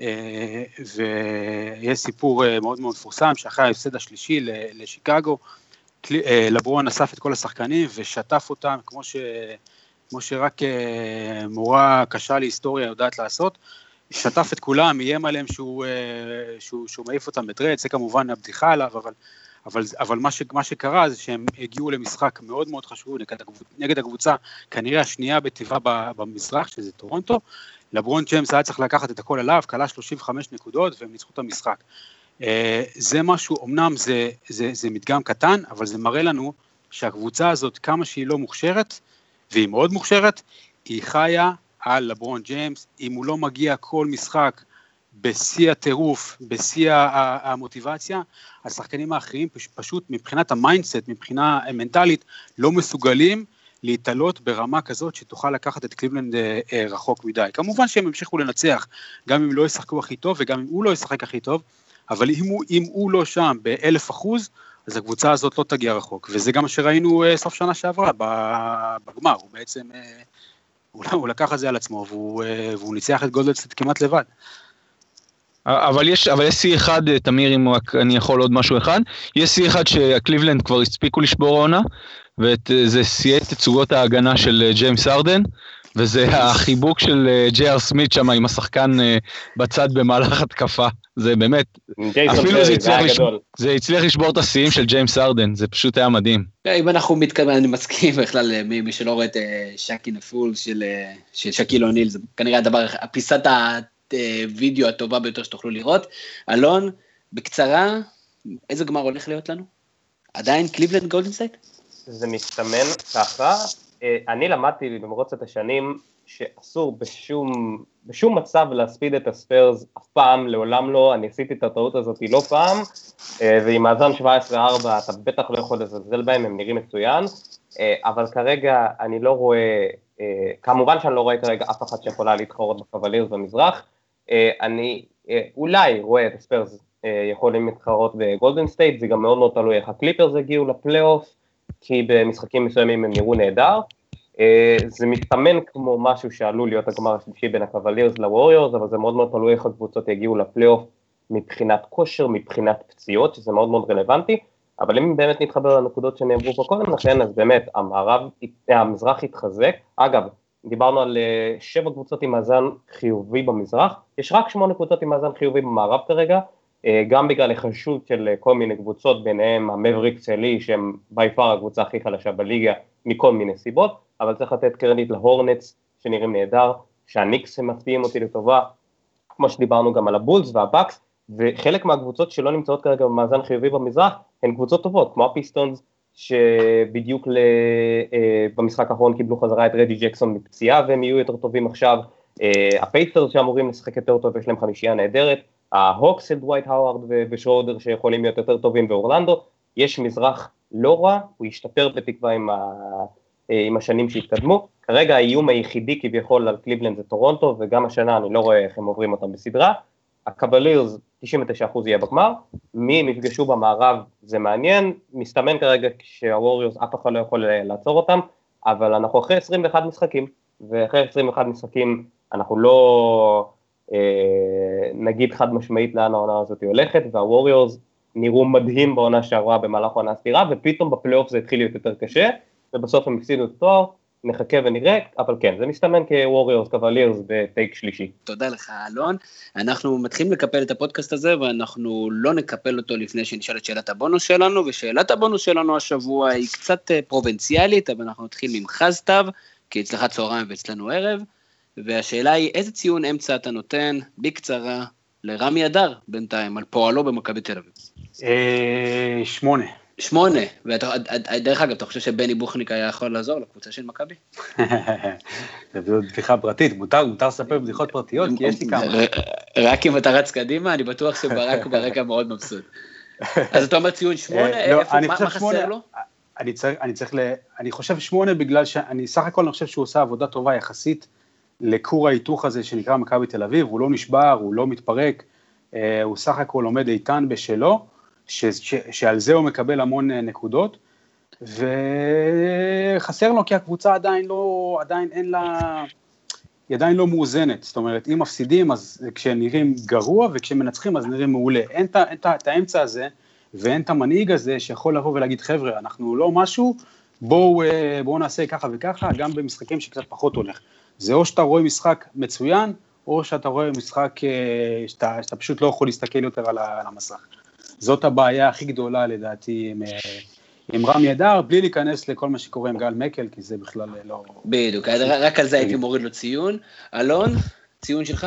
ויש סיפור מאוד מאוד מפורסם, שאחרי ההפסד השלישי לשיקגו, לברון אסף את כל השחקנים ושטף אותם, כמו שרק מורה קשה להיסטוריה יודעת לעשות, שטף את כולם, איים עליהם שהוא מעיף אותם בטרייד, זה כמובן הבדיחה עליו, אבל מה שקרה זה שהם הגיעו למשחק מאוד מאוד חשוב נגד הקבוצה, כנראה השנייה בטבעה במזרח, שזה טורונטו, לברון ג'יימס היה צריך לקחת את הכל עליו, קלה 35 נקודות והם ניצחו את המשחק. זה משהו, אמנם זה מדגם קטן, אבל זה מראה לנו שהקבוצה הזאת, כמה שהיא לא מוכשרת, והיא מאוד מוכשרת, היא חיה על לברון ג'יימס, אם הוא לא מגיע כל משחק בשיא הטירוף, בשיא המוטיבציה, השחקנים האחרים פשוט מבחינת המיינדסט, מבחינה מנטלית, לא מסוגלים להתעלות ברמה כזאת שתוכל לקחת את קליבלנד רחוק מדי. כמובן שהם המשיכו לנצח, גם אם לא ישחקו הכי טוב וגם אם הוא לא ישחק הכי טוב, אבל אם הוא לא שם ב1,000%, אז הקבוצה הזאת לא תגיע רחוק, וזה גם מה שראינו סוף שנה שעברה בגמר, הוא בעצם, הוא לקח את זה על עצמו, והוא ניצח את גולדן סטייט כמעט לבד. אבל יש שיא אחד, תמיר, אם אני יכול עוד משהו אחד, יש שיא אחד שהקליבלנד כבר הספיקו לשבור העונה, וזה שיאי תצוגות ההגנה של ג'יימס ארדן, וזה החיבוק של ג'י.אר סמית שם עם השחקן בצד במהלך התקפה, זה באמת, אפילו זה הצליח לשבור את השיאים של ג'יימס ארדן, זה פשוט היה מדהים. אם אנחנו מתקדמים, אני מסכים בכלל, מי שלא רואה את שקי נפול של שקיל אוניל, זה כנראה הדבר, הפיסת הווידאו הטובה ביותר שתוכלו לראות. אלון, בקצרה, איזה גמר הולך להיות לנו? עדיין קליבלנד גולדן סטייט? זה מסתמן ככה, אני למדתי במרוצת השנים שאסור בשום מצב להספיד את הספיירס אף פעם, לעולם לא, אני עשיתי את הטעות הזאת לא פעם, ועם מאזן 17-4 אתה בטח לא יכול לזלזל בהם, הם נראים מצוין, אבל כרגע אני לא רואה, כמובן שאני לא רואה כרגע אף אחד שיכולה להתחרות בקבלירס במזרח, אני אולי רואה את הספיירס יכולים להתחרות בגולדן סטייט, זה גם מאוד מאוד תלוי איך הקליפרס הגיעו לפלייאוף, כי במשחקים מסוימים הם נראו נהדר, זה מתאמן כמו משהו שעלול להיות הגמר השלישי בין הקבלירס לווריורס, אבל זה מאוד מאוד תלוי איך הקבוצות יגיעו לפלייאוף מבחינת כושר, מבחינת פציעות, שזה מאוד מאוד רלוונטי, אבל אם באמת נתחבר לנקודות שנאמרו פה קודם לכן, אז באמת המזרח התחזק, אגב, דיברנו על 7 קבוצות עם מאזן חיובי במזרח, יש רק 8 קבוצות עם מאזן חיובי במערב כרגע, גם בגלל החלשות של כל מיני קבוצות, ביניהם המבריקס שלי, שהם ביפר הקבוצה הכי חלשה בליגה, מכל מיני סיבות, אבל צריך לתת קרדיט להורנטס, שנראים נהדר, שהניקס הם מפתיעים אותי לטובה, כמו שדיברנו גם על הבולס והבקס, וחלק מהקבוצות שלא נמצאות כרגע במאזן חיובי במזרח, הן קבוצות טובות, כמו הפיסטונס, שבדיוק במשחק האחרון קיבלו חזרה את רדי ג'קסון מפציעה, והם יהיו יותר טובים עכשיו, הפייסטרס שאמורים לשחק יותר טוב, יש להם חמישייה נהדרת, ההוקס של דווייט האווארד ושודר שיכולים להיות יותר טובים באורלנדו, יש מזרח לא רע, הוא ישתפר בתקווה עם השנים שהתקדמו, כרגע האיום היחידי כביכול על קליבלנד זה טורונטו, וגם השנה אני לא רואה איך הם עוברים אותם בסדרה, הקבלירס 99% יהיה בגמר, מי הם יפגשו במערב זה מעניין, מסתמן כרגע שהווריורס אף אחד לא יכול לעצור אותם, אבל אנחנו אחרי 21 משחקים, ואחרי 21 משחקים אנחנו לא נגיד חד משמעית לאן העונה הזאת הולכת, והווריורס נראו מדהים בעונה שעברה במהלך העונה הסדירה, ופתאום בפלייאוף זה התחיל להיות יותר קשה, ובסוף הם הפסידו את התואר, נחכה ונראה, אבל כן, זה מסתמן כווריורס קבלירס בטייק שלישי. תודה לך אלון, אנחנו מתחילים לקפל את הפודקאסט הזה, ואנחנו לא נקפל אותו לפני שנשאל את שאלת הבונוס שלנו, ושאלת הבונוס שלנו השבוע היא קצת פרובנציאלית, אבל אנחנו נתחיל ממך סתיו, כי אצלך צהריים ואצלנו ערב, והשאלה היא איזה ציון אמצע אתה נותן, בקצרה, לרמי אדר בינתיים, על פועלו במכבי תל אביב? 8. 8, ודרך אגב, אתה חושב שבני בוכניק היה יכול לעזור לקבוצה של מכבי? זו בדיחה פרטית, מותר לספר בדיחות פרטיות, כי יש לי כמה. רק אם אתה רץ קדימה, אני בטוח שברק הוא ברקע מאוד מבסוט. אז אתה אומר ציון 8, מה חסר לו? אני חושב 8 בגלל שאני סך הכל אני חושב שהוא עושה עבודה טובה יחסית לכור ההיתוך הזה שנקרא מכבי תל אביב, הוא לא נשבר, הוא לא מתפרק, הוא סך הכל עומד איתן בשלו, שעל זה הוא מקבל המון נקודות, וחסר לו כי הקבוצה עדיין אין לה, היא עדיין לא מאוזנת, זאת אומרת, אם מפסידים אז כשנראים גרוע, וכשמנצחים אז נראים מעולה, אין את האמצע הזה, ואין את המנהיג הזה שיכול לבוא ולהגיד, חבר'ה, אנחנו לא משהו, בואו נעשה ככה וככה, גם במשחקים שקצת פחות הולך. זה או שאתה רואה משחק מצוין, או שאתה רואה משחק שאתה פשוט לא יכול להסתכל יותר על המסך. זאת הבעיה הכי גדולה לדעתי עם רמי אדר, בלי להיכנס לכל מה שקורה עם גל מקל, כי זה בכלל לא... בדיוק, רק על זה הייתי מוריד לו ציון. אלון, ציון שלך?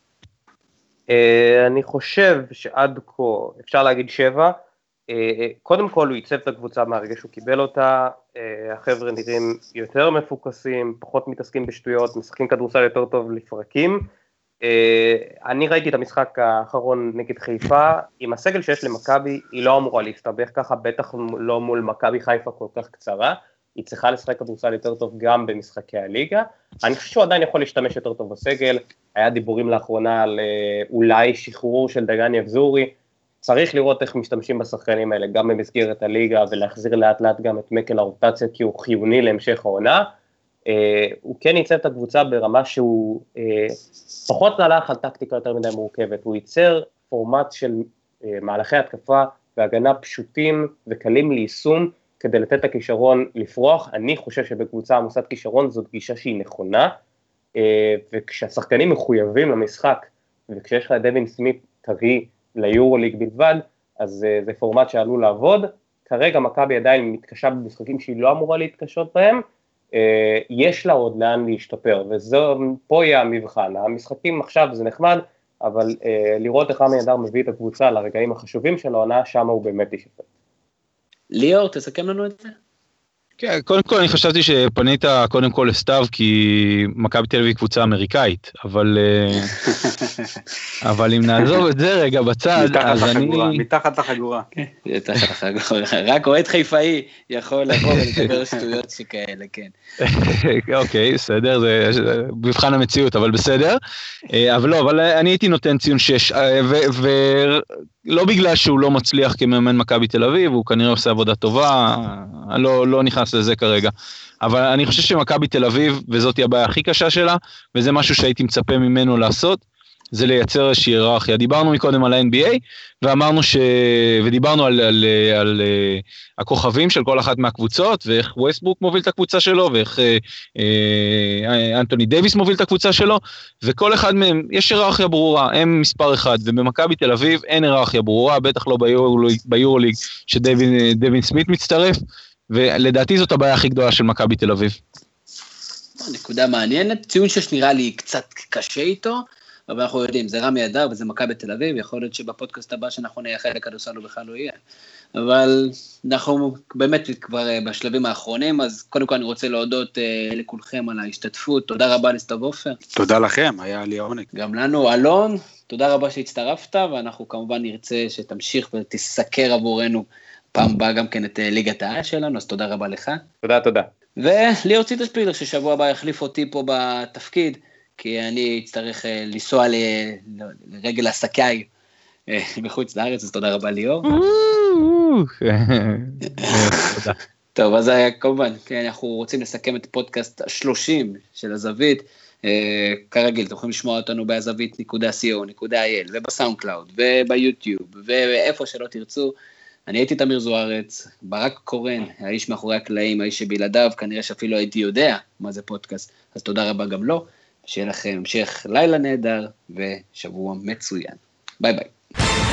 אני חושב שעד כה, אפשר להגיד 7, קודם כל הוא ייצב את הקבוצה מהרגע שהוא קיבל אותה, החבר'ה נראים יותר מפוקסים, פחות מתעסקים בשטויות, משחקים כדורסל יותר טוב לפרקים, אני ראיתי את המשחק האחרון נגד חיפה, עם הסגל שיש למכבי, היא לא אמורה להסתבך ככה, בטח לא מול מכבי חיפה כל כך קצרה, היא צריכה לשחק כדורסל יותר טוב גם במשחקי הליגה, אני חושב שהוא עדיין יכול להשתמש יותר טוב בסגל, היה דיבורים לאחרונה על אולי שחרור של דגן יבזורי, צריך לראות איך משתמשים בשחקנים האלה, גם במסגרת הליגה, ולהחזיר לאט לאט גם את מקל הרוטציה, כי הוא חיוני להמשך העונה, הוא כן ייצב את הקבוצה ברמה שהוא פחות הלך על טקטיקה יותר מדי מורכבת, הוא ייצר פורמט של מהלכי התקפה והגנה פשוטים וקלים ליישום, כדי לתת את הכישרון לפרוח. אני חושב שבקבוצה עמוסת כישרון זאת גישה שהיא נכונה, וכשהשחקנים מחויבים למשחק, וכשיש לך דווין סמית טרי ליורוליג בלבד, אז זה פורמט שעלול לעבוד. כרגע מכבי עדיין מתקשה במשחקים שהיא לא אמורה להתקשות בהם, יש לה עוד לאן להשתפר, ופה יהיה המבחן. המשחקים עכשיו זה נחמד, אבל לראות איך רמי אדר מביא את הקבוצה לרגעים החשובים של העונה, שם הוא באמת ישפר. ליאור, תסכם לנו את זה? כן, קודם כל אני חשבתי שפנית קודם כל לסתיו, כי מכבי תל אביב קבוצה אמריקאית, אבל אם נעזוב את זה רגע בצד, אז אני... מתחת לחגורה. מתחת לחגורה, רק אוהד חיפאי יכול לבוא ולדבר שטויות שכאלה, כן. אוקיי, בסדר, זה מבחן המציאות, אבל בסדר. אבל לא, אבל אני הייתי נותן ציון 6, ולא בגלל שהוא לא מצליח כמאמן מכבי תל אביב, הוא כנראה עושה עבודה טובה, לא נכנס לזה כרגע, אבל אני חושב שמכבי תל אביב, וזאת היא הבעיה הכי קשה שלה, וזה משהו שהייתי מצפה ממנו לעשות, זה לייצר איזושהי היררכיה. דיברנו מקודם על ה-NBA, ואמרנו ודיברנו על הכוכבים של כל אחת מהקבוצות, ואיך ווסטברוק מוביל את הקבוצה שלו, ואיך אנטוני דייביס מוביל את הקבוצה שלו, וכל אחד מהם, יש היררכיה ברורה, הם מספר אחד, ובמכבי תל אביב אין היררכיה ברורה, בטח לא ביורוליג שדווין סמית מצטרף, ולדעתי זאת הבעיה הכי גדולה של מכבי תל אביב. נקודה מעניינת, ציון שנראה לי קצת קשה איתו, אבל אנחנו יודעים, זה רמי אדר וזה מכבי בתל אביב, יכול להיות שבפודקאסט הבא שאנחנו נייחד לכדורסל הוא בכלל לא יהיה. אבל אנחנו באמת כבר בשלבים האחרונים, אז קודם כל אני רוצה להודות לכולכם על ההשתתפות, תודה רבה לסתיו עופר. תודה לכם, היה לי העונג. גם לנו, אלון, תודה רבה שהצטרפת, ואנחנו כמובן נרצה שתמשיך ותסקר עבורנו פעם הבאה גם כן את ליגת העל שלנו, אז תודה רבה לך. תודה. וליאור ציטרשפיגלר, ששבוע הבא יחליף אותי פה בתפקיד, כי אני אצטרך לנסוע לרגל עסקיי מחוץ לארץ, אז תודה רבה ליאור. טוב, אז כמובן, אנחנו רוצים לסכם את פודקאסט 30 של הזווית, כרגיל, אתם יכולים לשמוע אותנו בהזווית.co.il ובסאונד קלאוד וביוטיוב ואיפה שלא תרצו. אני הייתי תמיר זוארץ, ברק קורן, האיש מאחורי הקלעים, האיש שבלעדיו, כנראה שאפילו הייתי יודע מה זה פודקאסט, אז תודה רבה גם לו, שיהיה לכם המשך לילה נהדר ושבוע מצוין. ביי ביי.